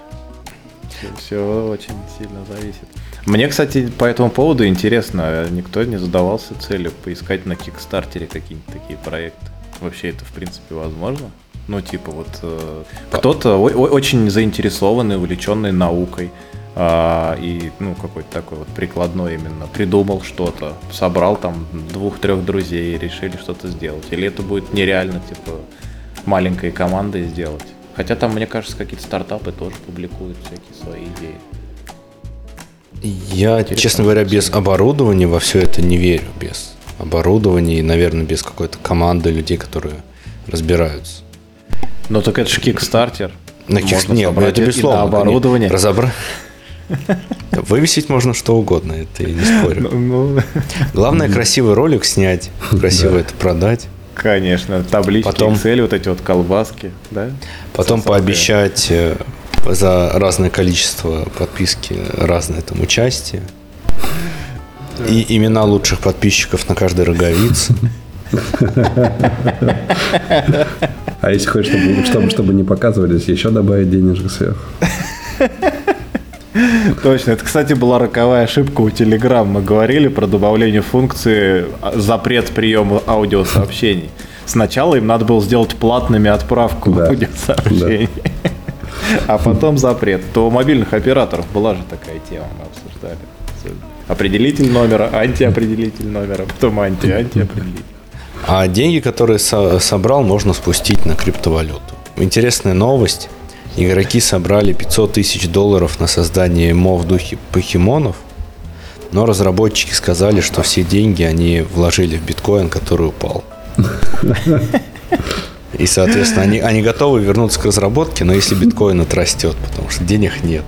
Все очень сильно зависит. Мне, кстати, по этому поводу интересно, никто не задавался целью поискать на Кикстартере какие-нибудь такие проекты. Вообще это, в принципе, возможно? Ну, типа вот э, кто-то о- очень заинтересованный, увлеченный наукой, э, и, ну, какой-то такой вот прикладной именно, придумал что-то, собрал там двух-трех друзей и решили что-то сделать. Или это будет нереально, типа, маленькой командой сделать. Хотя там, мне кажется, какие-то стартапы тоже публикуют всякие свои идеи. Я, интересно, честно говоря, без оборудования во все это не верю. Без оборудования и, наверное, без какой-то команды людей, которые разбираются. Ну так это же Kickstarter. На кик... Нет, это безусловно. Оборудование. Разобрать. Вывесить можно что угодно, это я не спорю. Главное, красивый ролик снять, красиво это продать. Конечно, таблички, потом, Excel, вот эти вот колбаски, да? Потом пообещать за разное количество подписки разное там участие. И имена лучших подписчиков на каждой роговице. А если хочешь, чтобы, чтобы, чтобы не показывались, еще добавить денежек сверху. Точно. Это, кстати, была роковая ошибка у Telegram. Мы говорили про добавление функции запрет приема аудиосообщений. Сначала им надо было сделать платными отправку да. аудиосообщений. Да. А потом запрет. То у мобильных операторов была же такая тема, мы обсуждали. Определитель номера, антиопределитель номера, потом анти-антиопределитель. А деньги, которые со- собрал, можно спустить на криптовалюту. Интересная новость. Игроки собрали пятьсот тысяч долларов на создание эмо в духе покемонов. Но разработчики сказали, что все деньги они вложили в биткоин, который упал. И, соответственно, они, они готовы вернуться к разработке, но если биткоин отрастет, потому что денег нет.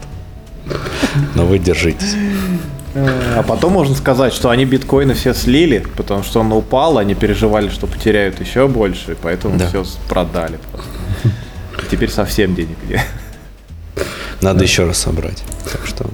Но вы держитесь. А потом можно сказать, что они биткоины все слили, потому что он упал, они переживали, что потеряют еще больше, и поэтому да. все продали. И теперь совсем денег нет. Надо да. еще раз собрать. Так что...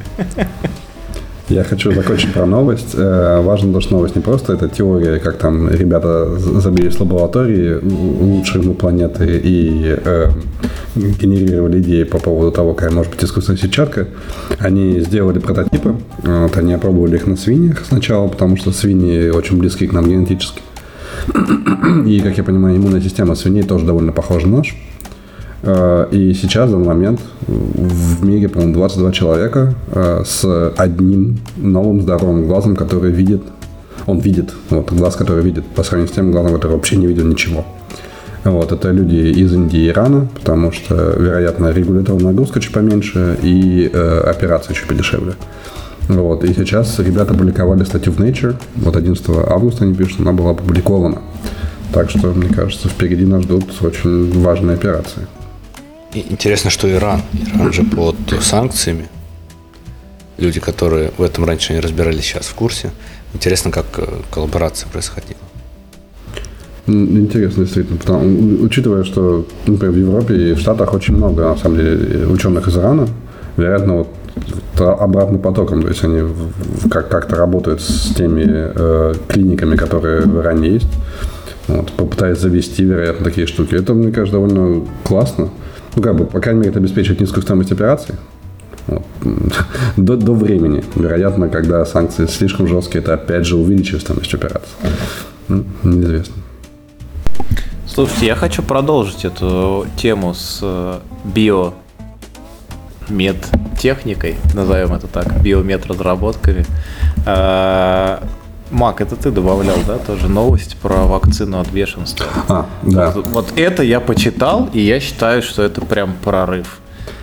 Я хочу закончить про новость. Важно то, что новость не просто это теория, как там ребята забились в лаборатории лучших на планеты и э, генерировали идеи по поводу того, какая может быть искусственная сетчатка. Они сделали прототипы. Вот, они опробовали их на свиньях сначала, потому что свиньи очень близки к нам генетически. И, как я понимаю, иммунная система свиней тоже довольно похожа на нашу. И сейчас, в данный момент, в мире, по-моему, двадцать два человека с одним новым здоровым глазом, который видит, он видит, вот, глаз, который видит, по сравнению с тем глазом, который вообще не видел ничего. Вот, это люди из Индии и Ирана, потому что, вероятно, регуляторная нагрузка чуть поменьше и э, операции чуть подешевле. Вот, и сейчас ребята публиковали статью в Nature, вот одиннадцатого августа они пишут, она была опубликована. Так что, мне кажется, впереди нас ждут очень важные операции. Интересно, что Иран. Иран же под санкциями. Люди, которые в этом раньше не разбирались, сейчас в курсе. Интересно, как коллаборация происходила. Интересно, действительно. Потому, учитывая, что, например, в Европе и в Штатах очень много, на самом деле, ученых из Ирана, вероятно, вот обратным потоком. То есть они как- как-то работают с теми э, клиниками, которые в Иране есть. Вот, попытаясь завести, вероятно, такие штуки. Это, мне кажется, довольно классно. Ну, как бы, по крайней мере, это обеспечивает низкую стоимость операции. Вот. До, до времени. Вероятно, когда санкции слишком жесткие, это опять же увеличивает стоимость операции. Ну, неизвестно. Слушайте, я хочу продолжить эту тему с биомедтехникой, назовем это так, биомедразработками. Мак, это ты добавлял, да, тоже новость про вакцину от бешенства. А, да. Вот, вот это я почитал, и я считаю, что это прям прорыв.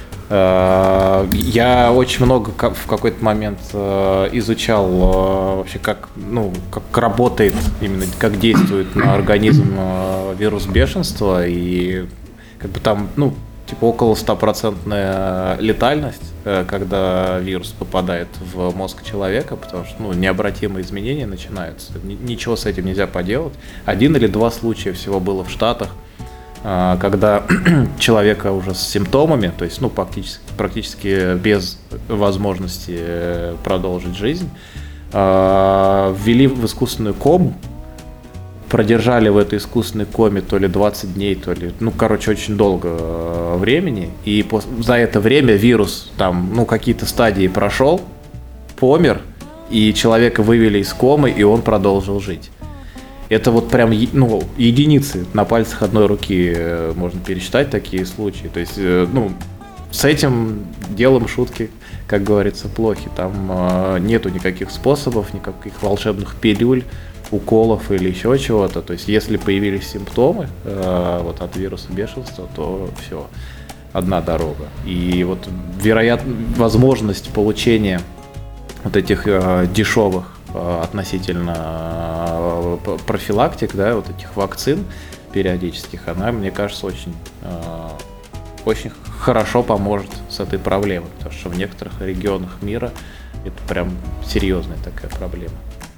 Я очень много в какой-то момент изучал вообще, как, ну, как работает, именно как действует на организм вирус бешенства, и как бы там, ну, типа около стопроцентная летальность, когда вирус попадает в мозг человека, потому что, ну, необратимые изменения начинаются. Ничего с этим нельзя поделать. Один или два случая всего было в Штатах, когда человека уже с симптомами, то есть, ну, практически, практически без возможности продолжить жизнь, ввели в искусственную кому, продержали в этой искусственной коме то ли двадцать дней, то ли, ну, короче, очень долго времени, и за это время вирус там, ну, какие-то стадии прошел, помер, и человека вывели из комы, и он продолжил жить. Это вот прям, ну, единицы на пальцах одной руки можно пересчитать такие случаи. То есть, ну, с этим делом шутки, как говорится, плохи. Там нету никаких способов, никаких волшебных пилюль, уколов или еще чего-то. То есть, если появились симптомы вот от вируса бешенства, то все, одна дорога. И вот вероятно, возможность получения вот этих дешевых относительно профилактик, да, вот этих вакцин периодических, она, мне кажется, очень, очень хорошо поможет с этой проблемой, потому что в некоторых регионах мира это прям серьезная такая проблема.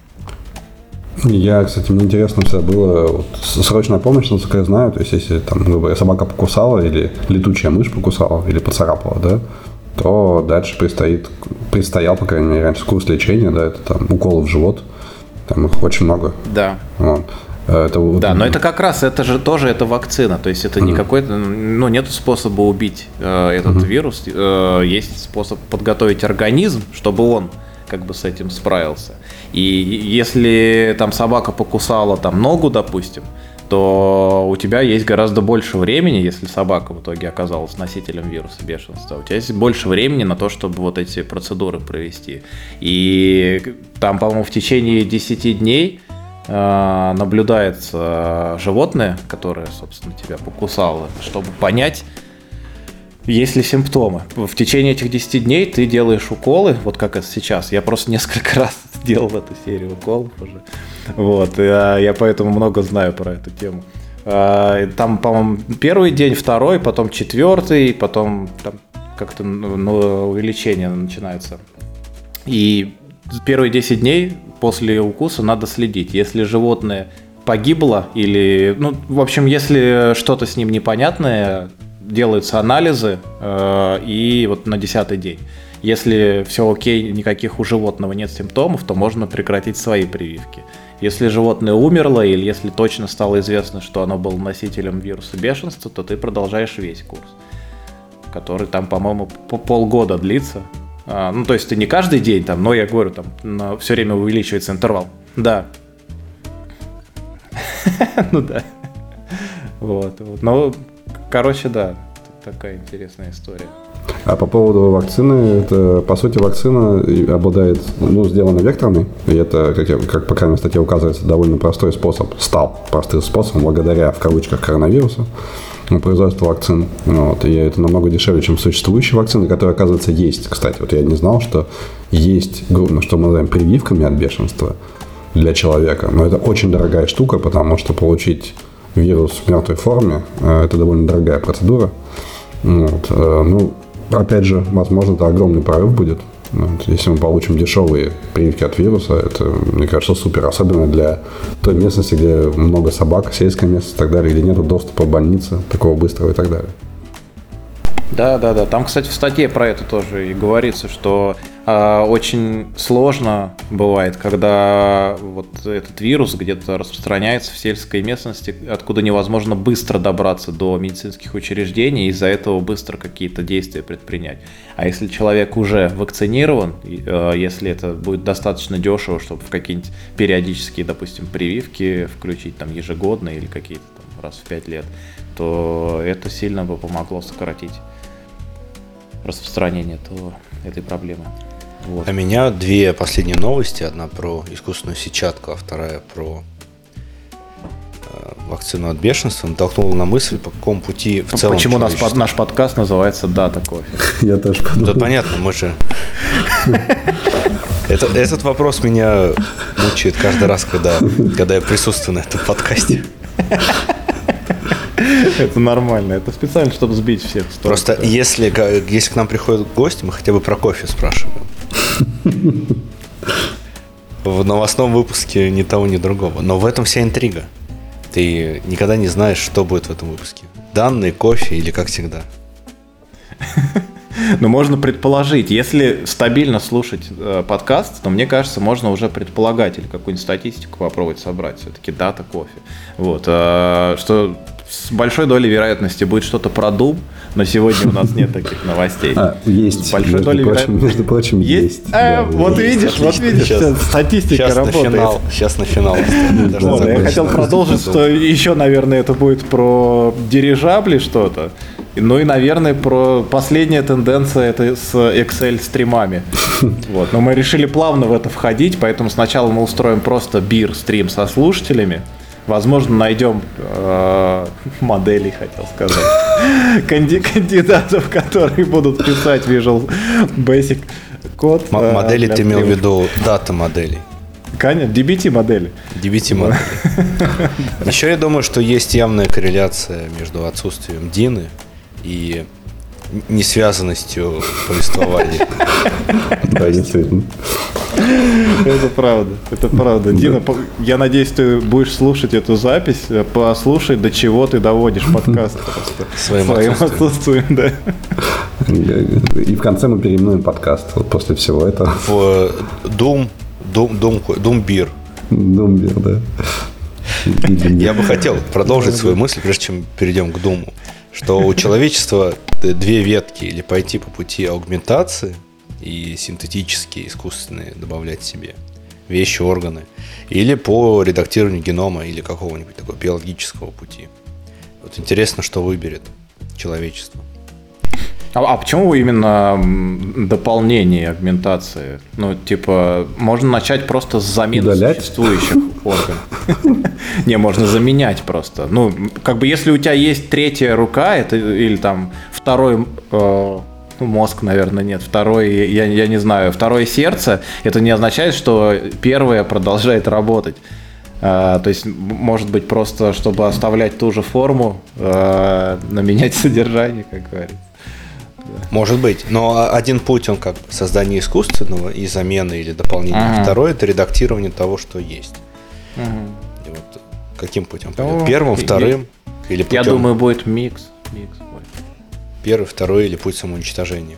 Я, кстати, мне интересно всегда было, вот, срочная помощь, насколько я знаю, то есть если там, грубо говоря, собака покусала или летучая мышь покусала или поцарапала, да, то дальше предстоит, предстоял, по крайней мере, раньше курс лечения, да, это там уколы в живот, там их очень много. Да. Вот. Это, да, но это как раз, это же тоже это вакцина, то есть это mm-hmm. не какой-то, ну, нет способа убить э, этот mm-hmm. вирус, э, есть способ подготовить организм, чтобы он как бы с этим справился. И если там собака покусала там ногу, допустим, то у тебя есть гораздо больше времени, если собака в итоге оказалась носителем вируса бешенства, у тебя есть больше времени на то, чтобы вот эти процедуры провести. И там, по-моему, в течение десяти дней э, наблюдается животное, которое, собственно, тебя покусало, чтобы понять, есть ли симптомы. В течение этих десяти дней ты делаешь уколы, вот как это сейчас. Я просто несколько раз сделал эту серию уколов уже. Вот, я, я поэтому много знаю про эту тему. Там, по-моему, первый день, второй, потом четвертый, потом там как-то ну, увеличение начинается. И первые десять дней после укуса надо следить. Если животное погибло или... Ну, в общем, если что-то с ним непонятное, делаются анализы, э, и вот на десятый день. Если все окей, никаких у животного нет симптомов, то можно прекратить свои прививки. Если животное умерло или если точно стало известно, что оно было носителем вируса бешенства, то ты продолжаешь весь курс, который там, по-моему, по полгода длится. А, ну, то есть ты не каждый день там, но я говорю, там все время увеличивается интервал. Да. Ну да. Вот. Ну, короче, да, такая интересная история. А по поводу вакцины, это, по сути, вакцина обладает, ну, сделана векторной, и это, как, я, как по крайней мере, статье указывается, довольно простой способ, стал простым способом благодаря, в кавычках, коронавирусу, производства вакцин. Вот, и это намного дешевле, чем существующие вакцины, которые, оказывается, есть. Кстати, вот я не знал, что есть, что мы называем прививками от бешенства для человека, но это очень дорогая штука, потому что получить вирус в мертвой форме, это довольно дорогая процедура. Вот, ну, опять же, возможно, это огромный прорыв будет. Вот, если мы получим дешевые прививки от вируса, это, мне кажется, супер. Особенно для той местности, где много собак, сельская местность и так далее, где нет доступа в больницы такого быстрого и так далее. Да, да, да. Там, кстати, в статье про это тоже и говорится, что э, очень сложно бывает, когда вот этот вирус где-то распространяется в сельской местности, откуда невозможно быстро добраться до медицинских учреждений, и из-за этого быстро какие-то действия предпринять. А если человек уже вакцинирован, э, если это будет достаточно дешево, чтобы в какие-нибудь периодические, допустим, прививки включить там ежегодно или какие-то там раз в пять лет, то это сильно бы помогло сократить распространение этого, этой проблемы. Вот. А меня две последние новости. Одна про искусственную сетчатку, а вторая про э, вакцину от бешенства натолкнула на мысль, по какому пути в целом... Почему наш, под, наш подкаст называется «Дата кофе»? Я тоже подумал. Да понятно, мы же... Это, этот вопрос меня мучает каждый раз, когда, когда я присутствую на этом подкасте. Это нормально, это специально, чтобы сбить всех с толку. Просто если, если к нам приходят гости, мы хотя бы про кофе спрашиваем. В новостном выпуске ни того, ни другого. Но в этом вся интрига. Ты никогда не знаешь, что будет в этом выпуске. Данные, кофе или как всегда. Ну, можно предположить. Если стабильно слушать э, подкаст, то, мне кажется, можно уже предполагать или какую-нибудь статистику попробовать собрать. Все-таки дата кофе. Вот. Э, что с большой долей вероятности будет что-то про Doom, но сегодня у нас нет таких новостей. А, есть. С большой между долей прочим, вероятности. между прочим, есть. есть. А, да, вот есть. видишь, вот видишь, Сейчас, статистика сейчас работает. На финал, сейчас на финал. Вот, я хотел продолжить, что еще, наверное, это будет про дирижабли что-то. Ну и, наверное, про последняя тенденция это с Excel-стримами. Вот. Но мы решили плавно в это входить, поэтому сначала мы устроим просто бир-стрим со слушателями. Возможно, найдем э, моделей, хотел сказать, Канди- кандидатов, которые будут писать Visual Basic код. М- э, модели ты имел в стримов. виду дата моделей. Конечно, ди би ти модели. ди би ти модели. Еще я думаю, что есть явная корреляция между отсутствием Дины и несвязанностью повествования. Да, действительно. Это правда, это правда. Дина, я надеюсь, ты будешь слушать эту запись, послушай, до чего ты доводишь подкаст просто. Своим Своим отсутствием. отсутствием, да. И в конце мы переименуем подкаст вот после всего этого. В Doom, Doom, Doom, Doom Beer. Думбер, да. Я бы хотел продолжить свою мысль, прежде чем перейдем к Думу, что у человечества две ветки: или пойти по пути аугментации и синтетические, искусственные добавлять себе вещи, органы, или по редактированию генома или какого-нибудь такого биологического пути. Вот интересно, что выберет человечество. А, а почему именно дополнение агментации? Ну, типа, можно начать просто с замены Удалять? существующих органов. Не, можно заменять просто. Ну, как бы, если у тебя есть третья рука, это или там второй ну, мозг, наверное, нет. Второй, я, я не знаю, второе сердце, это не означает, что первое продолжает работать. А, то есть, может быть, просто, чтобы оставлять ту же форму, а, но менять содержание, как говорится. Может быть, но один путь, он как бы создание искусственного и замены или дополнения. Ага. Второй – это редактирование того, что есть. Ага. И вот каким путем пойдет? Первым, вторым я, или путем? Я думаю, будет микс. микс будет. Первый, второй или путь самоуничтожения?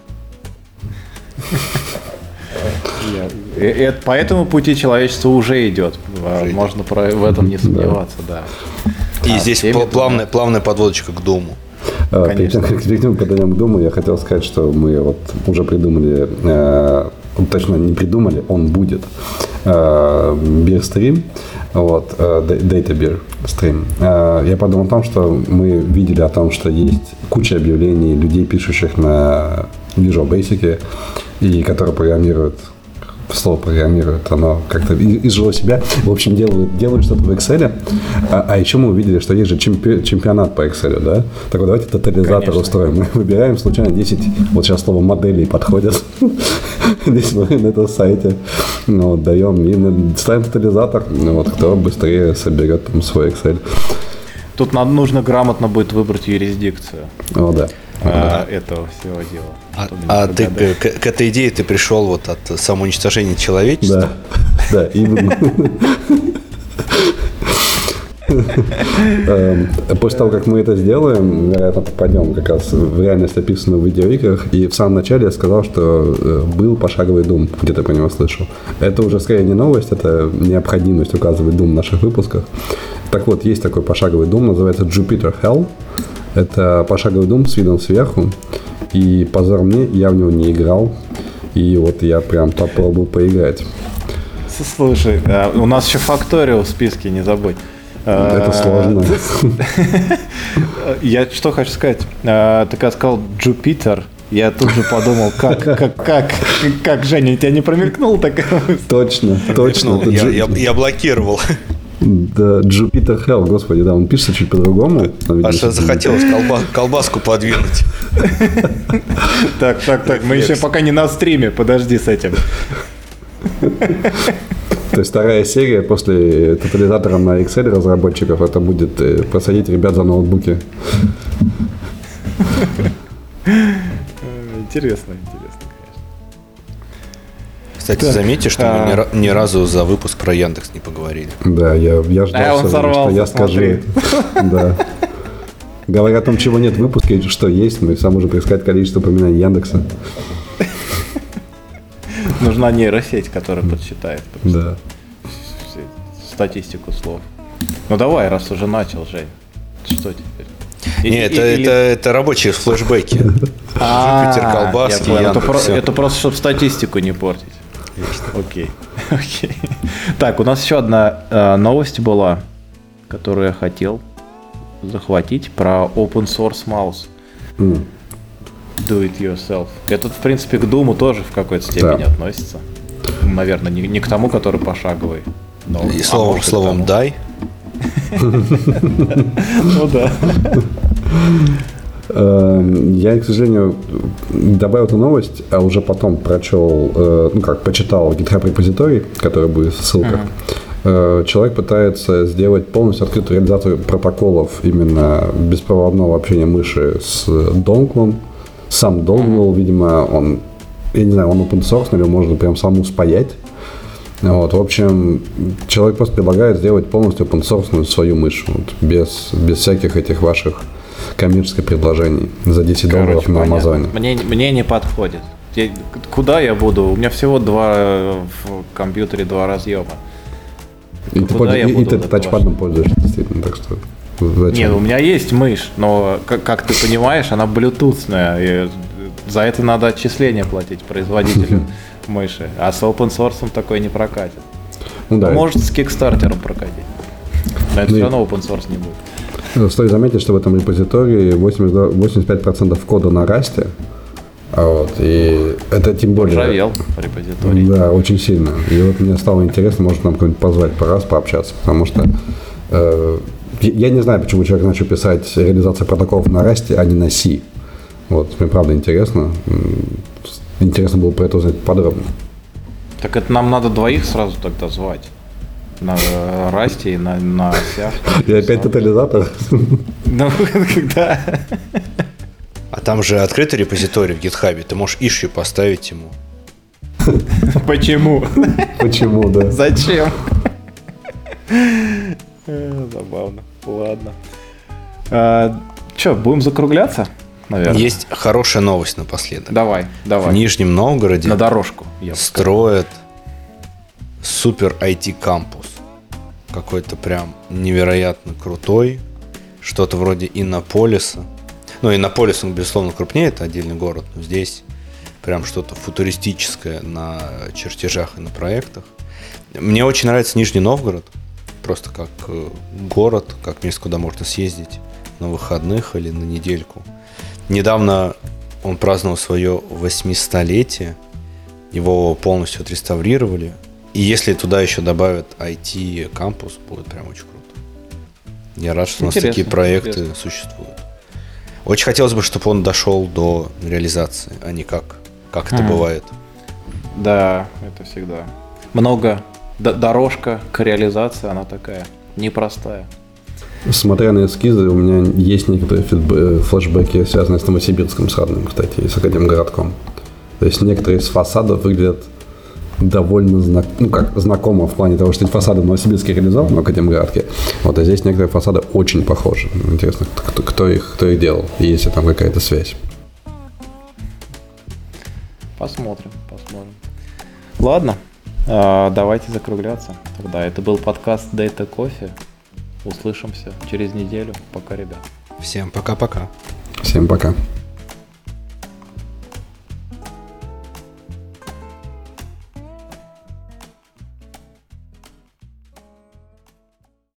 По этому пути человечество уже идет. Можно в этом не сомневаться, да. И здесь плавная подводочка к Думу. Перед тем, как перейдем к Думу, я хотел сказать, что мы вот уже придумали, э, точно не придумали, он будет, э, бир-стрим, вот, э, Data Beer стрим. Э, я подумал о том, что мы видели о том, что есть куча объявлений людей, пишущих на Visual Basic, и которые программируют, слово программируют, оно как-то изжило себя. В общем, делают, делают что-то в Excel. А, а еще мы увидели, что есть же чемпи- чемпионат по Excel, да? Так вот, давайте тотализатор Конечно. устроим. Мы выбираем случайно десять, вот сейчас слово моделей подходит. Здесь мы на этом сайте ну, вот, даем и ставим тотализатор. Вот, кто быстрее соберет там свой Excel. Тут надо, нужно грамотно будет выбрать юрисдикцию. О, да. А, этого всего дела. А, а ты к, к этой идее ты пришел вот от самоуничтожения человечества? Да, да, именно. После того, как мы это сделаем, вероятно, попадем как раз в реальность, описанную в видеоиграх. И в самом начале я сказал, что был пошаговый Doom, где-то про него слышал. Это уже скорее не новость, это необходимость указывать Doom в наших выпусках. Так вот, есть такой пошаговый Doom, называется Jupiter Hell. Это пошаговый Doom с видом сверху. И позор мне, я в него не играл. И вот я прям попробовал поиграть. Слушай, у нас еще Factorio в списке, не забудь. Это сложно. Я что хочу сказать. Ты когда сказал Jupiter, я тут же подумал, как, как, как, как, Женя, тебя не промелькнул такая? Точно, точно. Я, я, я блокировал. Да, Jupiter Hell, господи, да, он пишется чуть по-другому. Паша захотелось колба, колбаску подвинуть. Так, так, так, мы еще пока не на стриме, подожди с этим. То есть вторая серия после тотализатора на Excel разработчиков, это будет посадить ребят за ноутбуки. Интересно, интересно, конечно. Кстати, так, заметьте, что а... мы ни, ни разу за выпуск про Яндекс не поговорили. Да, я, я ждал, а что я скажу. Да. Говоря о том, чего нет в выпуске, что есть, мы сам можем предсказать количество упоминаний Яндекса. Нужна нейросеть, которая подсчитает да. статистику слов. Ну давай, раз уже начал, Жень. Что теперь? Нет, это, или... это, это рабочие флешбеки. Jupiter, колбаски, Яндекс. Это просто, чтобы статистику не портить. Окей. Окей. Так, у нас еще одна э, новость была, которую я хотел захватить, про open source mouse. Mm. Do it yourself. Это, в принципе, к Думу тоже в какой-то степени да. относится. Наверное, не, не к тому, который пошаговый. Но, и словом, а словом дай. Ну да. Я, к сожалению, добавил эту новость, а уже потом прочел, ну как, почитал GitHub репозиторий, который будет в ссылках. Uh-huh. Человек пытается сделать полностью открытую реализацию протоколов именно беспроводного общения мыши с донглом. Сам донгл, видимо, он, я не знаю, он open source, или можно прям саму спаять. Вот, в общем, человек просто предлагает сделать полностью open source свою мышь, вот, без, без всяких этих ваших коммерческих предложений за десять Короче, долларов на Амазоне. Мне, мне не подходит. Я, куда я буду? У меня всего два в компьютере, два разъема. И куда ты, и, и ты тачпадом пользуешься, действительно, так что зачем? Нет, у меня есть мышь, но, как, как ты понимаешь, она блютусная, и за это надо отчисления платить производителю мыши, а с open source такой не прокатит. Ну, да. Может с кикстартером прокатить, но это ну, все равно open source не будет. Стоит заметить, что в этом репозитории восемьдесят пять процентов кода на Rust, а вот, и это тем более... Ржавел репозиторий. Да, очень сильно. И вот мне стало интересно, может нам кого-нибудь позвать по раз пообщаться, потому что э, я не знаю, почему человек начал писать реализацию протоколов на Rust, а не на C. Вот, мне правда интересно. Интересно было про это узнать подробно. Так это нам надо двоих сразу тогда звать. На Расте и на, на осях. И опять тотализатор? Ну, да. А там же открытый репозиторий в GitHub, ты можешь issue поставить ему. Почему? Почему, да? Зачем? Забавно. Ладно. А, Че, будем закругляться, наверное? Есть хорошая новость напоследок. Давай, давай. В Нижнем Новгороде На дорожку. Я бы сказал. строят супер ай ти-кампус. Какой-то прям невероятно крутой. Что-то вроде Иннополиса. Ну, Иннополис, он, безусловно, крупнее, это отдельный город. Но здесь прям что-то футуристическое на чертежах и на проектах. Мне очень нравится Нижний Новгород. Просто как город, как место, куда можно съездить на выходных или на недельку. Недавно он праздновал свое восьмистолетие. Его полностью отреставрировали. И если туда еще добавят ай ти-кампус, будет прям очень круто. Я рад, что у нас Интересно, такие проекты интересно. существуют. Очень хотелось бы, чтобы он дошел до реализации, а не как, как это Ага. бывает. Да, это всегда. Много. Д- дорожка к реализации, она такая непростая. Смотря на эскизы, у меня есть некоторые фидбэ- флешбеки, связанные с Новосибирском, с родным, кстати, и с Академгородком. То есть некоторые из фасадов выглядят довольно знак... ну, как знакомо в плане того, что эти фасады в Новосибирске реализованы, в Академгородке. Вот, а здесь некоторые фасады очень похожи. Интересно, кто, кто, их, кто их делал, и есть ли там какая-то связь. Посмотрим, посмотрим. Ладно, а, давайте закругляться. Тогда это был подкаст Data Coffee. Услышимся через неделю. Пока, ребят. Всем пока-пока. Всем пока.